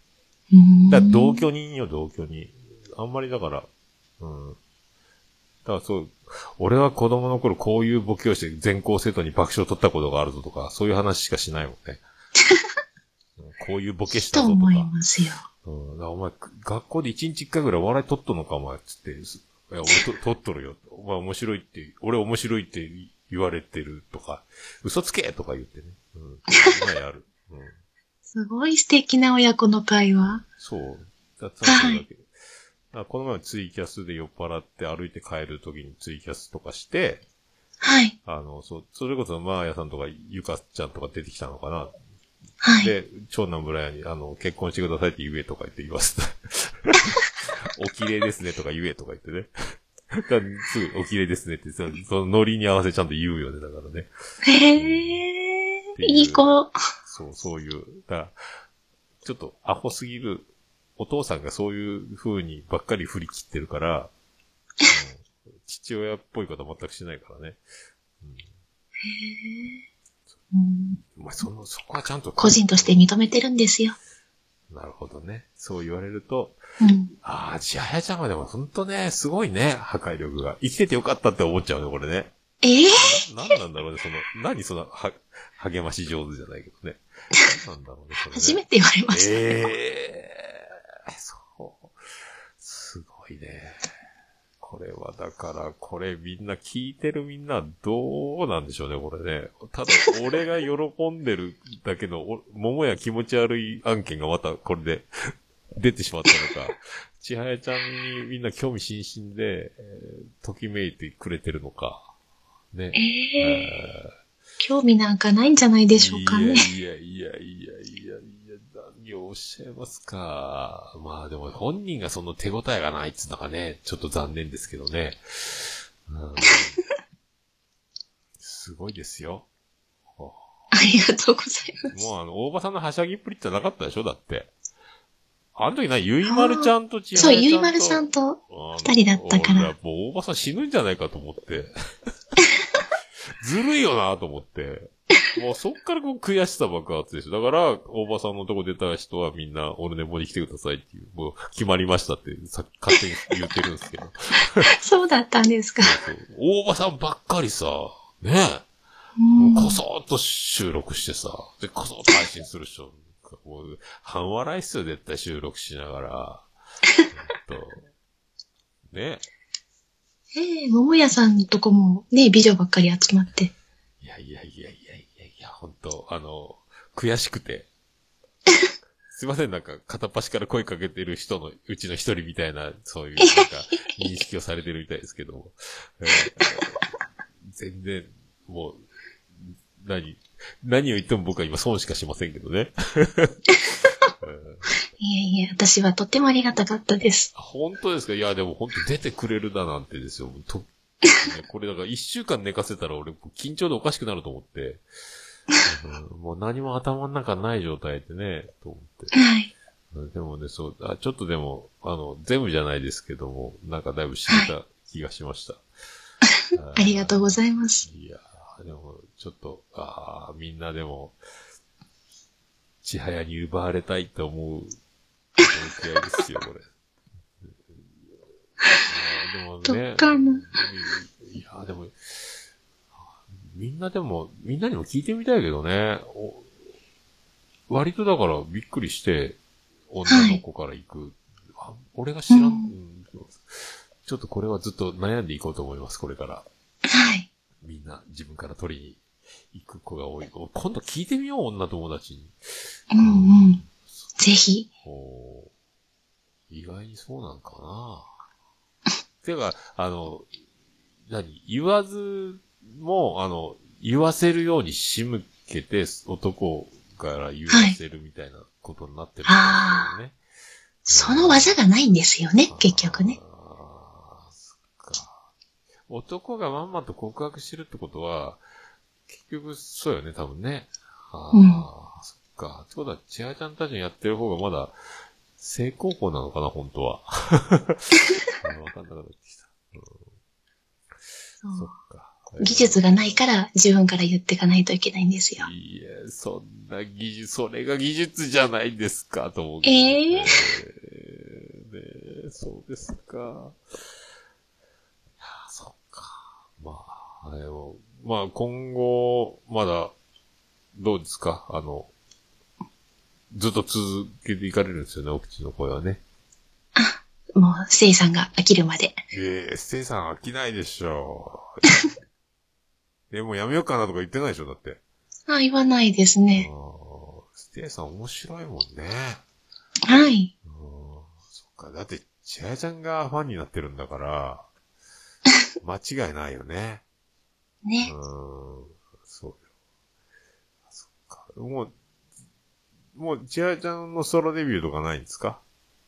うん。 だから同居人よ、同居人。あんまりだから、うん。だからそう、俺は子供の頃こういうボケをして全校生徒に爆笑を取ったことがあるぞとか、そういう話しかしないもんね。こういうボケしたぞとか。 と思いますよ。 うん。だからお前、学校で一日一回ぐらい笑い取っとんのかお前、つって。いや、俺と取っとるよ。お前面白いって、俺面白いって言われてるとか、嘘つけとか言ってね。うん。今やる。うん。 すごい素敵な親子の会話。 そう。だったらそれだけ。はい、この前ツイキャスで酔っ払って歩いて帰るときにツイキャスとかして、 はい。 あの、そ、それこそマーヤさんとかゆかちゃんとか出てきたのかな。 はい。 で、長男村屋に、あの、結婚してくださいって言えとか言って言わせた。お綺麗ですねとか言えとか言ってね。だすぐお綺麗ですねってそのノリに合わせちゃんと言うよね、だからね。 へー、いい子。 そう、そういう。だからちょっとアホすぎるお父さんがそういう風にばっかり振り切ってるから、うん、父親っぽいことは全くしないからね。うん、へー。うん、 お前その、そこはちゃんと。 個人として認めてるんですよ。 なるほどね。そう言われると、 うん、 ああ、ちはやちゃんはでもほんとね、すごいね、破壊力が。生きててよかったって思っちゃうね、これね。 ええー、な、なんなんだろうね、その、何その、は、励まし上手じゃないけどね。何なんだろうね、それね。 初めて言われました。 ええー、そう。すごいね。これはだから、これみんな聞いてるみんなどうなんでしょうね、これね。ただ、俺が喜んでるだけの、お、桃や気持ち悪い案件がまたこれで出てしまったのか、ちはやちゃんにみんな興味津々で、えー、ときめいてくれてるのか。ね。 えー、 えー、 興味なんかないんじゃないでしょうかね。 いやいやいやいやいやいや、何をおっしゃいますか。まあでも本人がその手応えがないっていうのがね、ちょっと残念ですけどね。うん、すごいですよ。 ありがとうございます。 もうあの、大場さんのはしゃぎっぷりってなかったでしょだって。あの時な、ゆいまるちゃんとちはやちゃんと。 そう、ゆいまるさんと二人だったから。 もう大場さん死ぬんじゃないかと思って。ずるいよなと思って。もうそっからこう悔しさ爆発でしょ。だから、大場さんのとこ出た人はみんな、オルネポに来てくださいっていう、もう決まりましたってさ勝手に言ってるんですけど。 そうだったんですか。 そうそう大場さんばっかりさ、ねえ。こそーっと収録してさ、で、こそーっと配信する人。もう、半笑いっすよ、絶対収録しながら。とねえ。ええー、桃屋さんのとこもね、美女ばっかり集まって。 いやいやいやいやいやいや、ほんと、あの、悔しくて。すいません、なんか、片っ端から声かけてる人のうちの一人みたいな、そういう、なんか、認識をされてるみたいですけども。えー、全然、もう、何、何を言っても僕は今損しかしませんけどね。 いえいえ、私はとってもありがたかったです。 本当ですか？いや、でも本当出てくれるだなんてですよ。とこれだから一週間寝かせたら俺緊張でおかしくなると思って、うん、もう何も頭の中ない状態でね、と思って。 はい。 でもね、そうあ、ちょっとでも、あの、全部じゃないですけども、なんかだいぶ知れた気がしました。 はい、ありがとうございます。 いやでも、ちょっと、ああ、みんなでも、ちはやに奪われたいと思う、気合いですよ、これ。でもね、 どっかな。 いや、でも、みんなでも、みんなにも聞いてみたいけどね。割とだからびっくりして、女の子から行く。はい、あ俺が知らん、うん、ちょっとこれはずっと悩んでいこうと思います、これから。 はい。 みんな自分から取りに行く子が多い。今度聞いてみよう、女友達に。 うんうん。ぜひ。 意外にそうなんかな。てか、あの、何言わずも、あの、言わせるように仕向けて、男から言わせるみたいなことになってるんですよね。はい、 その技がないんですよね、結局ね。 ああ、そっか。男がまんまと告白してるってことは、結局、そうよね、多分ね。ああ、うん、そっか。ってことは、ちはちゃんたちにやってる方がまだ、正攻法なのかな、本当は。わかんなくなってきた。うん、 そう。 そっか。 技術がないから自分から言っていかないといけないんですよ。 いや、そんな技術、それが技術じゃないですか、と思う、 ええー、 えー、ね、そうですか。いや、そっか。まあ、でも、まあ今後、まだ、どうですかあの、ずっと続けていかれるんですよね、お口の声はね。 あ、もう、ステイさんが飽きるまで。 ええー、ステイさん飽きないでしょ。え、もうやめようかなとか言ってないでしょ、だって。 あ、言わないですね。 ステイさん面白いもんね。 はい。 うん、そっか。だって、ちはやちゃんがファンになってるんだから、間違いないよね。 ね。 うん、そうよ。そっか。もう、もう、ちはやちゃんのソロデビューとかないんですか？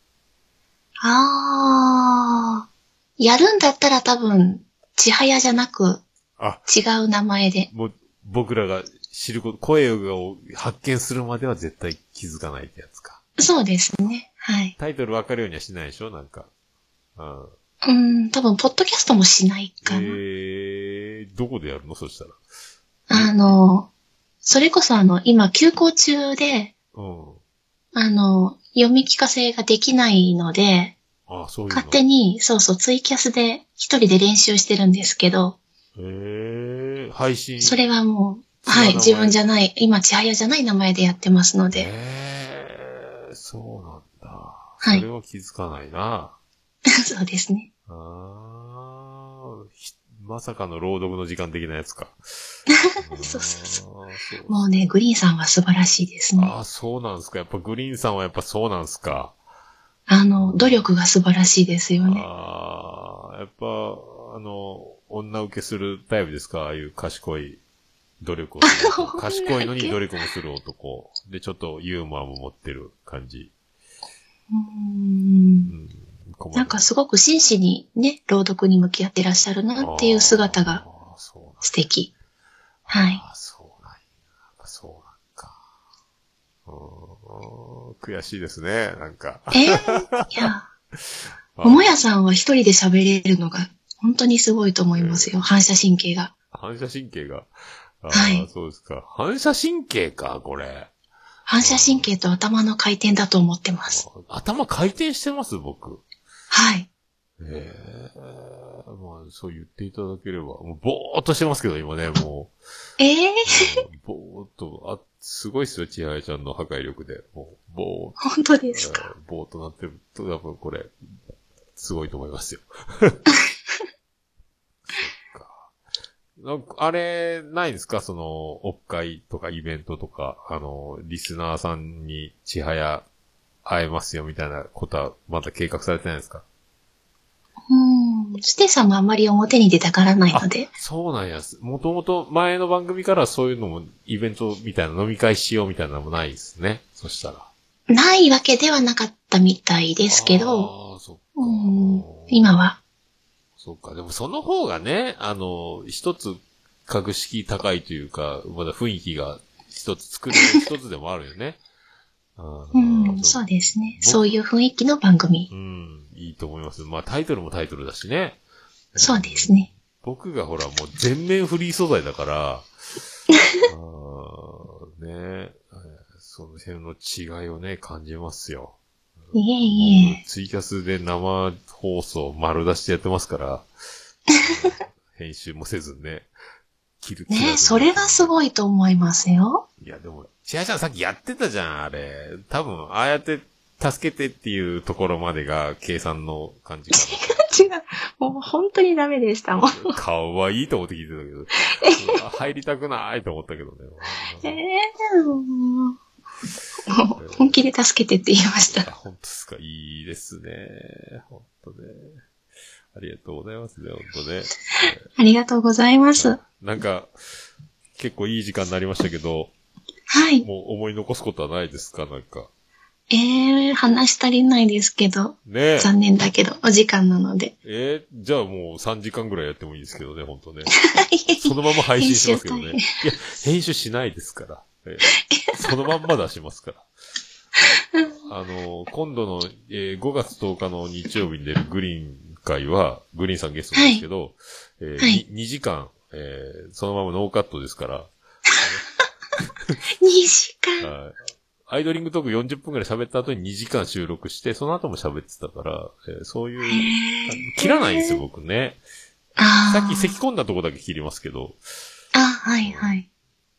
あー、やるんだったら多分、ちはやじゃなく、 あ、 違う名前で。 もう、僕らが知ること、声を発見するまでは絶対気づかないってやつか。 そうですね。はい。 タイトル分かるようにはしないでしょなんか。うん。 うん、多分、ポッドキャストもしないかな。 えー、どこでやるのそしたら。 あの、それこそあの、今、休校中で、 うん。 あの、読み聞かせができないので、 あ、そういうの。 勝手に、そうそう、ツイキャスで一人で練習してるんですけど、 えー、配信。 それはもう、はい、自分じゃない、今、ちはやじゃない名前でやってますので。 えー、そうなんだ。 はい。 それは気づかないな。 そうですね。 あー、まさかの朗読の時間的なやつか。 そうそうそう。 そうもうね、グリーンさんは素晴らしいですね。 ああ、そうなんですか。やっぱグリーンさんはやっぱそうなんですか。 あの、努力が素晴らしいですよね。 ああ、やっぱ、あの、女受けするタイプですか？ああいう賢い努力をする男。賢いのに努力もする男。で、ちょっとユーモアも持ってる感じ。 うーん。 うん、 なんかすごく真摯にね、朗読に向き合ってらっしゃるなっていう姿が素敵。はい。 ああ、そうなんや。そうなんか。うーん、悔しいですね、なんか。 えー、いや、桃屋さんは一人で喋れるのが本当にすごいと思いますよ。えー、反射神経が。 反射神経が。ああ、 はい。 そうですか。反射神経か、これ。 反射神経と頭の回転だと思ってます。 頭回転してます僕。 はい。 ええー、まあ、そう言っていただければ。もうぼーっとしてますけど、今ね、もう。 ええー、 ぼーっと、あ、すごいっすよ、ちはやちゃんの破壊力で。もう、ぼーっと。 本当ですか。 えー、ぼーっとなってると、多分これ、すごいと思いますよ。なんかあれ、ないんですかその、オフ会とかイベントとか、あの、リスナーさんにちはや会えますよみたいなことは、まだ計画されてないですか？ うん。ステさんもあんまり表に出たがらないので。 そうなんや。もともと前の番組からそういうのも、イベントみたいな飲み会しようみたいなのもないですね。そしたら。 ないわけではなかったみたいですけど。 ああ、そっか。 うん。今は。 そっか。でもその方がね、あの、一つ格式高いというか、まだ雰囲気が一つ作れる一つでもあるよね。 うん、そうですね。そういう雰囲気の番組。 うん、いいと思います。まあタイトルもタイトルだしね。 そうですね。 僕がほらもう全面フリー素材だから、あね、その辺の違いをね、感じますよ。 いえいえ。 ツイキャスで生放送丸出しでやってますから、編集もせずね。 切るねえ、それがすごいと思いますよ。 いや、でも、ちはやちゃんさっきやってたじゃん、あれ。多分、ああやって助けてっていうところまでが計算の感じかな。違う。もう本当にダメでしたもん。 顔はいいと思って聞いてたけど。入りたくないと思ったけどね。 ええー、もう。本気で助けてって言いました。 本当ですか。いいですね。本当ね。ありがとうございますね、本当ね。 ありがとうございます。 なんか、結構いい時間になりましたけど。 はい。 もう思い残すことはないですか、なんか。 ええー、話し足りないですけど。 ねえ。 残念だけど、お時間なので。 えー、じゃあもうさんじかんぐらいやってもいいですけどね、ほんとね。そのまま配信しますけどね。いや、編集しないですから。えー、そのまんま出しますから。あの、今度の、えー、ごがつとおかの日曜日に出るグリーン会は、グリーンさんゲストなんですけど、はい、えーはい、にじかん、 えー、そのままノーカットですから。 にじかん。 はい。アイドリングトークよんじゅっぷんくらい喋った後ににじかん収録して、その後も喋ってたから、えー、そういう、切らないんですよ、僕ね。 あさっき咳込んだとこだけ切りますけど。 あ、はいはい。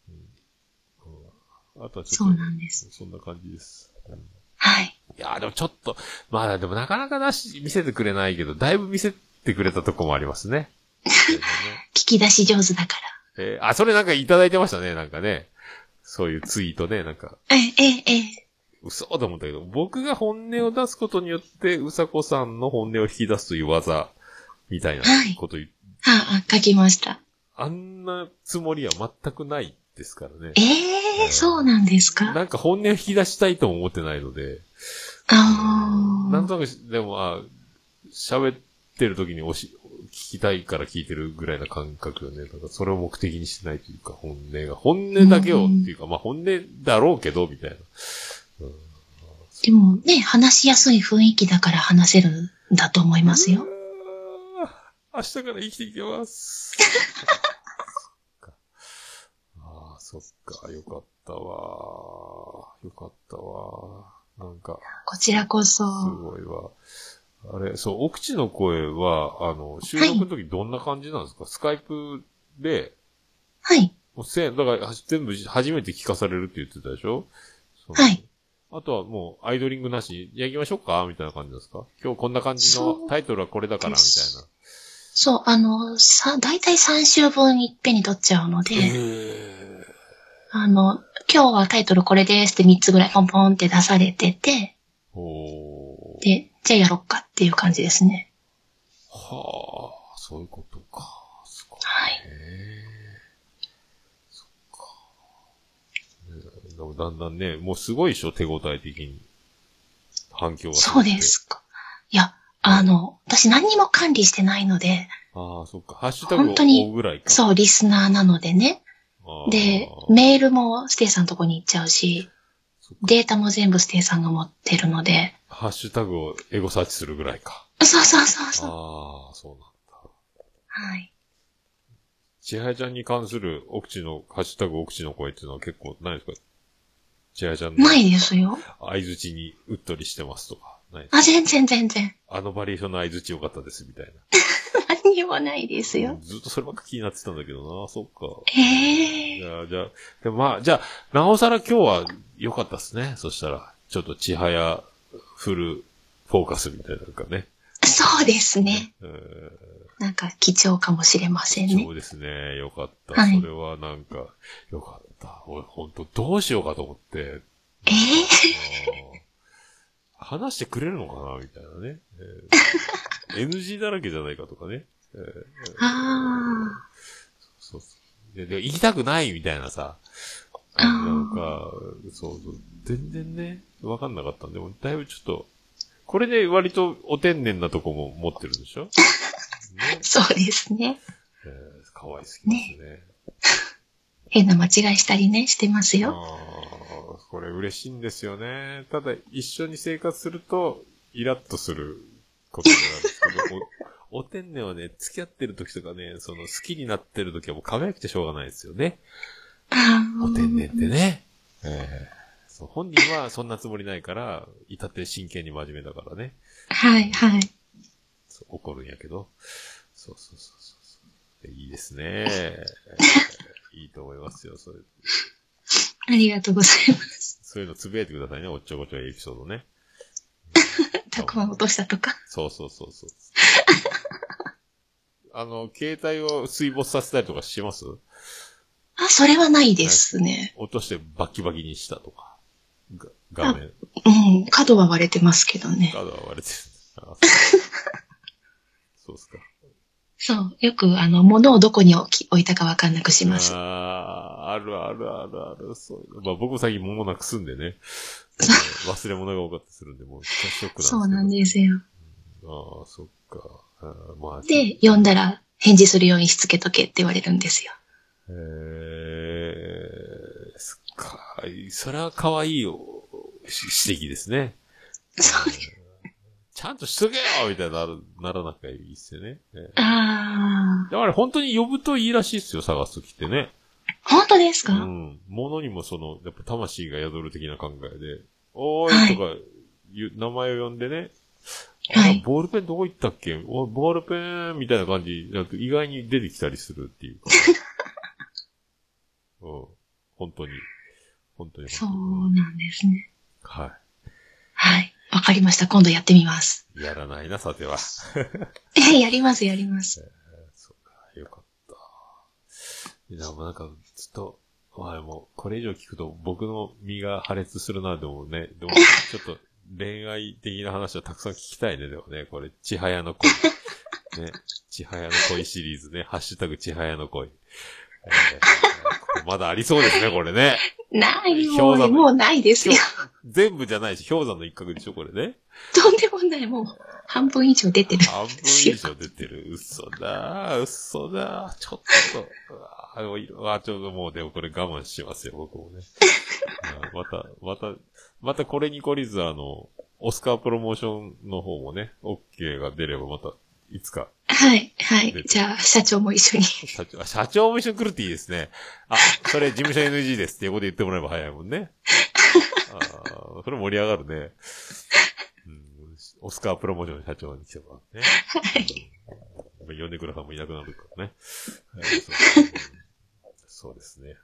あとはちょっと、 そうなんです。 そんな感じです。うん、 はい。 いやーでもちょっと、まあでもなかなかなし、見せてくれないけど、だいぶ見せてくれたとこもありますね。 聞き出し上手だから。 えー、あ、それなんかいただいてましたね、なんかね。そういうツイートね、なんか。 え、え、え。 嘘と思ったけど、僕が本音を出すことによって、うさこさんの本音を引き出すという技、みたいなこと言って。 はい、はあ、書きました。 あんなつもりは全くないですからね。 ええー、そうなんですか？ なんか本音を引き出したいとも思ってないので。 ああ。 なんとなく、でも、あ、喋ってる時におし、聞きたいから聞いてるぐらいな感覚よね。だからそれを目的にしてないというか、本音が。本音だけをっていうか、まあ本音だろうけど、みたいな。うん、 でもね、話しやすい雰囲気だから話せるんだと思いますよ。 明日から生きていきます。ああ、そっか、よかったわ。よかったわ。なんか。 こちらこそ。 すごいわ。あれ、そう、奥地の声は、あの、収録の時どんな感じなんですか？はい、スカイプで。 はい。 もうせん、だから全部初めて聞かされるって言ってたでしょ？ はい。 あとはもうアイドリングなし、じゃあ行きましょうかみたいな感じですか？今日こんな感じのタイトルはこれだからみたいな。 そう、あの、さ、だいたいさん週分いっぺんに撮っちゃうので、あの、今日はタイトルこれですってみっつぐらいポンポンって出されてて、 おで、じゃあやろっかっていう感じですね。 はあ、そういうことか。すごい。 はい。 そっか。でもだんだんね、もうすごいでしょ、手応え的に。反響が。 そうですか。いや、あの、私何にも管理してないので、 ああ、そっか。ハッシュタグを追うぐらいか。 そう、リスナーなのでね。で、メールもステイさんのとこに行っちゃうし、データも全部ステイさんが持ってるので。 ハッシュタグをエゴサーチするぐらいか。 そうそうそうそう。 ああ、そうなんだ。 はい。 ちはやちゃんに関する奥地の、ハッシュタグ奥地の声っていうのは結構ないですか？ちはやちゃんの。 ないですよ。 相づちにうっとりしてますとか。ないあ、全然全然。 あのバリエーションの相づち良かったですみたいな。 何にもないですよ。 ずっとそればっか気になってたんだけどな。そっか。 ええー。 じゃあ、じゃあ、でもまあ、じゃあ、なおさら今日は良かったですね。そしたら、ちょっとちはやフルフォーカスみたいなのかね。 そうですね。えー、なんか貴重かもしれませんね。 貴重ですね。よかった。はい、それはなんか、よかった。俺ほんとどうしようかと思って。ええー、 話してくれるのかなみたいなね。えー、エヌジー だらけじゃないかとかね。えー、 ああ。 そうそう。で、で言いたくないみたいなさ。あなんか、そうそう。全然ね、わかんなかったんで、もだいぶちょっと、これで割とお天然なとこも持ってるでしょ、ね、 そうですね。 えー、かわいすぎますね。ね変な間違いしたりね、してますよ。 あこれ嬉しいんですよね。ただ、一緒に生活すると、イラッとすることになるんですけど、お、お天然はね、付き合ってる時とかね、その好きになってる時はもう輝くてしょうがないですよね。お天然ってね。えー、そう本人はそんなつもりないから、至って真剣に真面目だからね。 はいはい。 そう怒るんやけど。そうそうそうそう。いいですね、えー。いいと思いますよ、それ。 ありがとうございます。 そういうのつぶやいてくださいね、おっちょこちょいエピソードね。 たくあん落としたとか。 そうそうそうそう。あの、携帯を水没させたりとかします？ あ、それはないですね。 落としてバキバキにしたとか。画面。 うん、角は割れてますけどね。 角は割れてる。あそうそうですか。 そう。よく、あの、物をどこに置き、置いたかわかんなくします。 ああ、あるあるあるある。そう。まあ僕も最近物なくすんでね。忘れ物が多かったりするんで、もうショックなんですけど。 そうなんですよ。 ああ、そっか。あまあ、 で、読んだら返事するようにしつけとけって言われるんですよ。 へえー、すっか。それは可愛いよ。指摘ですね。 そうです。 ちゃんとしとけよみたいになる、ならなきゃいいっすよね。えー、 ああ。 だから本当に呼ぶといいらしいっすよ、探すときってね。 本当ですか？ うん。物にもその、やっぱ魂が宿る的な考えで、おーいとか、はい、名前を呼んでね、はい、ボールペンどこ行ったっけ？おボールペンみたいな感じ、なんか意外に出てきたりするっていうか。うん。本当に。本当に本当に。 そうなんですね。 はい。 はい。わかりました。今度やってみます。 やらないな、さては。 え、やります、やります。 えー、そうか、よかった。いや、もうなんか、ずっと、まあもう、これ以上聞くと僕の身が破裂するな、でもね、でも、ちょっと、恋愛的な話はたくさん聞きたいね、でもね、これ、ちはやの恋。ね、ちはやの恋シリーズね、ハッシュタグちはやの恋。えー、まだありそうですね、これね。 ない、もう、もうないですよ。 全部じゃないし、氷山の一角でしょ、これね。 とんでもない、もう、半分以上出てる。 半分以上出てる。嘘だー、嘘だー。ちょっと、あ、ちょっともう、でもこれ我慢しますよ、僕もね。また、また、またこれに懲りず、あの、オスカープロモーションの方もね、OK が出ればまた、いつか。 はい、はい。じゃあ、社長も一緒に。 社長、社長も一緒に来るっていいですね。あ、それ事務所 エヌジー ですって横で言ってもらえば早いもんね。ああ、それ盛り上がるね。うん、オスカープロモーションの社長に来てもらうね。はい。うん、呼んでくるさんもいなくなるからね。はい、そう、そうですね。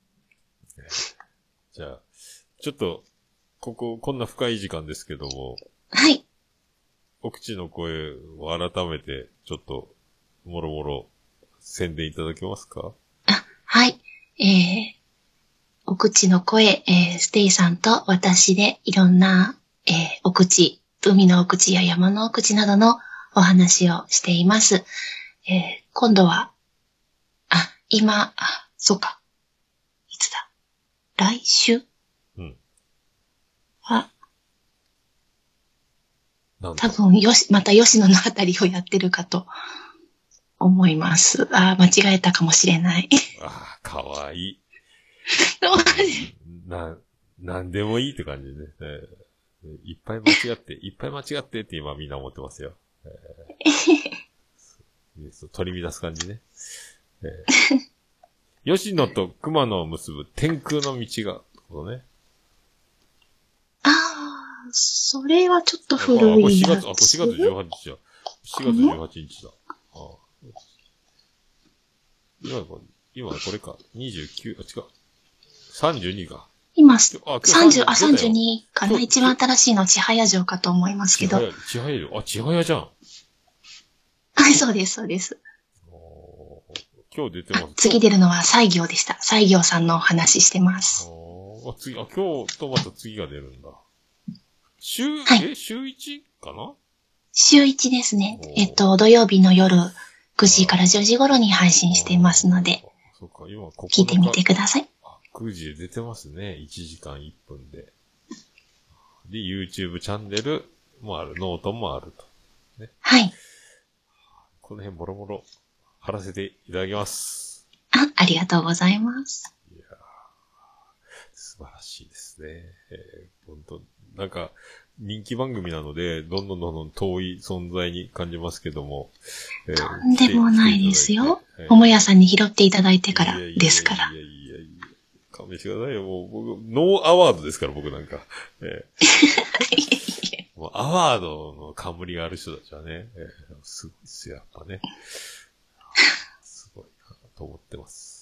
じゃあ、ちょっと、ここ、こんな深い時間ですけども。 はい。 お口の声を改めて、ちょっと、もろもろ、宣伝いただけますか？ あ、はい。えー、お口の声、えー、ステイさんと私でいろんな、えー、お口、海のお口や山のお口などのお話をしています。えー、今度は、あ、今、あ、そうか。いつだ？来週？うん。は、多分、よし、また吉野のあたりをやってるかと思います。あ、間違えたかもしれない。 ああ、かわいい。な、なんでもいいって感じね。えー、いっぱい間違って、いっぱい間違ってって今みんな思ってますよ。えー、取り乱す感じね。えー、吉野と熊野を結ぶ天空の道が、ことね。 ああ、それはちょっと古いやつ。 あ、しがつじゅうはちにちだ。しがつじゅうはちにちだ。ああ、今これ、今これか。にじゅうきゅう、あ、違う。さんじゅうにか。 今、さんじゅう、あ、さんじゅうにかな。一番新しいの千早城かと思いますけど。 千早城。あ、千早じゃん。 はい、そうです、そうです。 今日出てます。 次出るのは西行でした。西行さんのお話してます。 あ、次、あ、今日とまた次が出るんだ。週、はい、え、週 いち かな？ 週いちですね。えっと、土曜日の夜くじからじゅうじ頃に配信していますので、 そうか、今ここ聞いてみてください。 くじで出てますね。いちじかんいっぷんで。で、YouTube チャンネルもある、ノートもあると。ね、 はい。 この辺もろもろ貼らせていただきます。 あ、ありがとうございます。いやー、 素晴らしいですね。えー、本当なんか、人気番組なので、どんどんどんどん遠い存在に感じますけども。 えー、とんでもないですよ。桃屋さんに拾っていただいてからですから。いやいやいやいや、 勘弁してくださいよ。もう僕、ノーアワードですから、僕なんか。えー、もうアワードの冠がある人たちはね、えー、すごいっすよ、やっぱね。すごいなと思ってます。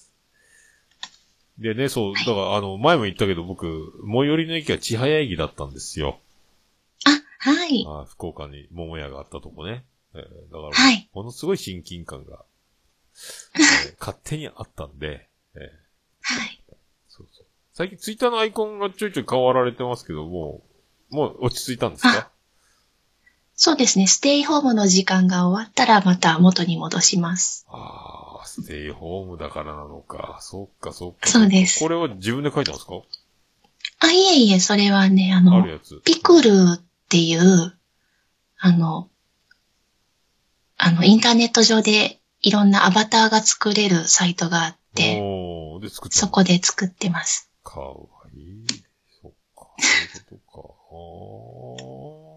でね、そう、だから、あの、前も言ったけど、僕、最寄りの駅は千早駅だったんですよ。 あ、はい。 あ、福岡に桃屋があったとこね。えー、だから、 はい、 ものすごい親近感が、えー、勝手にあったんで、えー、 はい。 そうそう。最近ツイッターのアイコンがちょいちょい変わられてますけども、もう落ち着いたんですか？ そうですね。ステイホームの時間が終わったらまた元に戻します。 ああ、ステイホームだからなのか。そっかそっか。 そうです。 これは自分で書いてますか？ あ、いえいえ、それはね、あの、あピクルっていう、あの、あの、インターネット上でいろんなアバターが作れるサイトがあって、 おーで作ったそこで作ってます。 かわいい。そっか、そういうことか。あ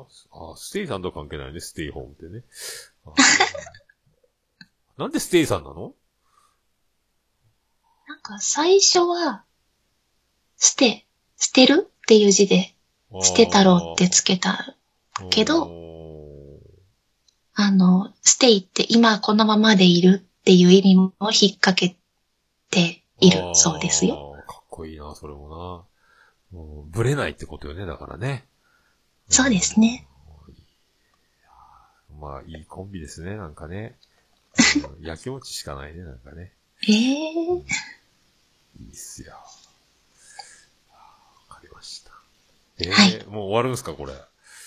あ、ステイさんとは関係ないね、ステイホームってね。なんでステイさんなの？ なんか最初は、捨て、捨てるっていう字で、捨て太郎ってつけたけど、あの、ステイって今このままでいるっていう意味も引っ掛けているそうですよ。 かっこいいな、それもな。もうブレないってことよね、だからね。 そうですね。 まあ、いいコンビですね、なんかね。やきもちしかないね、なんかね。 ええー。いいいっすよ。わかりました。えー、 はい、 もう終わるんすか、これ。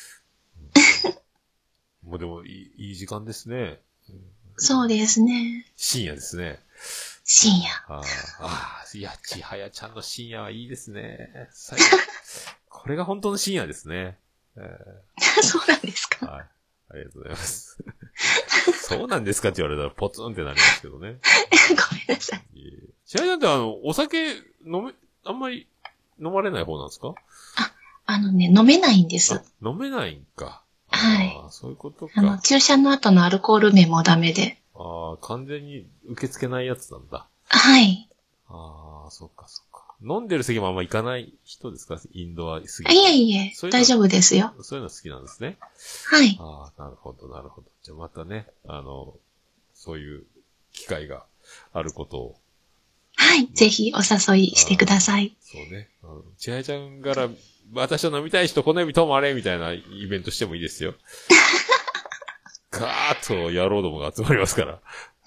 もうでもいい、いい時間ですね。 そうですね。 深夜ですね。 深夜。 ああ、いや、ちはやちゃんの深夜はいいですね。最後これが本当の深夜ですね。えー、そうなんですか。 はい。ありがとうございます。そうなんですかって言われたらポツンってなりますけどね。 ごめんなさい。 ちなみになんてあの、お酒飲め、あんまり飲まれない方なんですか？ あ、あのね、飲めないんです。 飲めないんか。 はい。 ああ、そういうことか。 あの、注射の後のアルコール名もダメで。 ああ、完全に受け付けないやつなんだ。 はい。 ああ、そっかそっか。飲んでる席もあんま行かない人ですか？インドアすぎて。 いえいえ、大丈夫ですよ。 そういうの好きなんですね。 はい。 ああ、なるほど、なるほど。じゃあまたね、あの、そういう機会があることを。 はい、ぜひお誘いしてください。 そうね。あのちはやちゃんから、私と飲みたい人この指ともあれみたいなイベントしてもいいですよ。ガーッと野郎どもが集まりますから。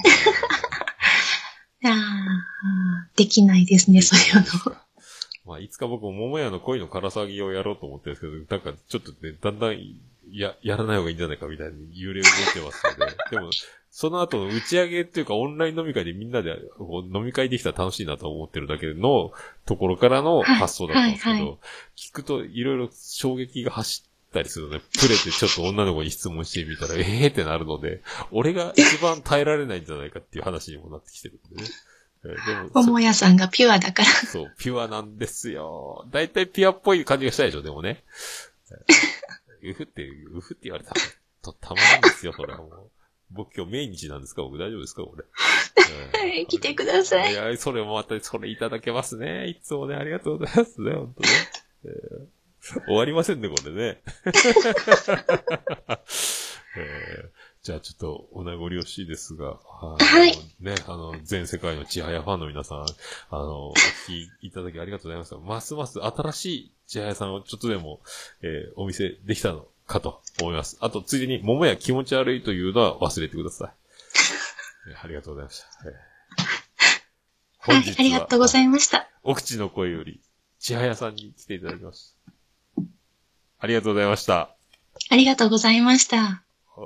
ああ、できないですね、そういうの。 まあ、いつか僕も桃屋の恋のから騒ぎをやろうと思ってるんですけど、なんかちょっとね、だんだんや、やらない方がいいんじゃないかみたいに幽霊動いてますので、でも、その後の打ち上げっていうかオンライン飲み会でみんなでこう飲み会できたら楽しいなと思ってるだけのところからの発想だったんですけど、はいはいはい、聞くといろいろ衝撃が走ったりするので、プレてちょっと女の子に質問してみたら、ええーってなるので、俺が一番耐えられないんじゃないかっていう話にもなってきてるんでね。 でも桃屋さんがピュアだから。 そう、ピュアなんですよ。だいたいピュアっぽい感じがしたでしょ、でもね。うふって、うふって言われたら、と、たまらんですよ、それはもう。僕今日命日なんですか？僕大丈夫ですか？これ。 はい、来てください。 いや、それもまた、それいただけますね。いつもね、ありがとうございますね、本当ね。えー、終わりませんね、これね。えー、じゃあちょっとお名残惜しいですが、 はい。 ね、あの、全世界のちはやファンの皆さん、あの、お聞きいただきありがとうございます。ますます新しいちはやさんをちょっとでも、えー、お見せできたのかと思います。あと、ついでに、桃屋気持ち悪いというのは忘れてください。えー、ありがとうございました。えー、本日は、 はい、ありがとうございました。 お口の声より、ちはやさんに来ていただきます。ありがとうございました。 ありがとうございました。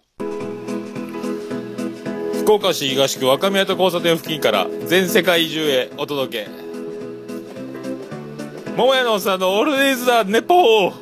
福岡市東区若宮と交差点付近から全世界中へお届け。桃屋のおっさんのオールディーズ・ザ・ネポー。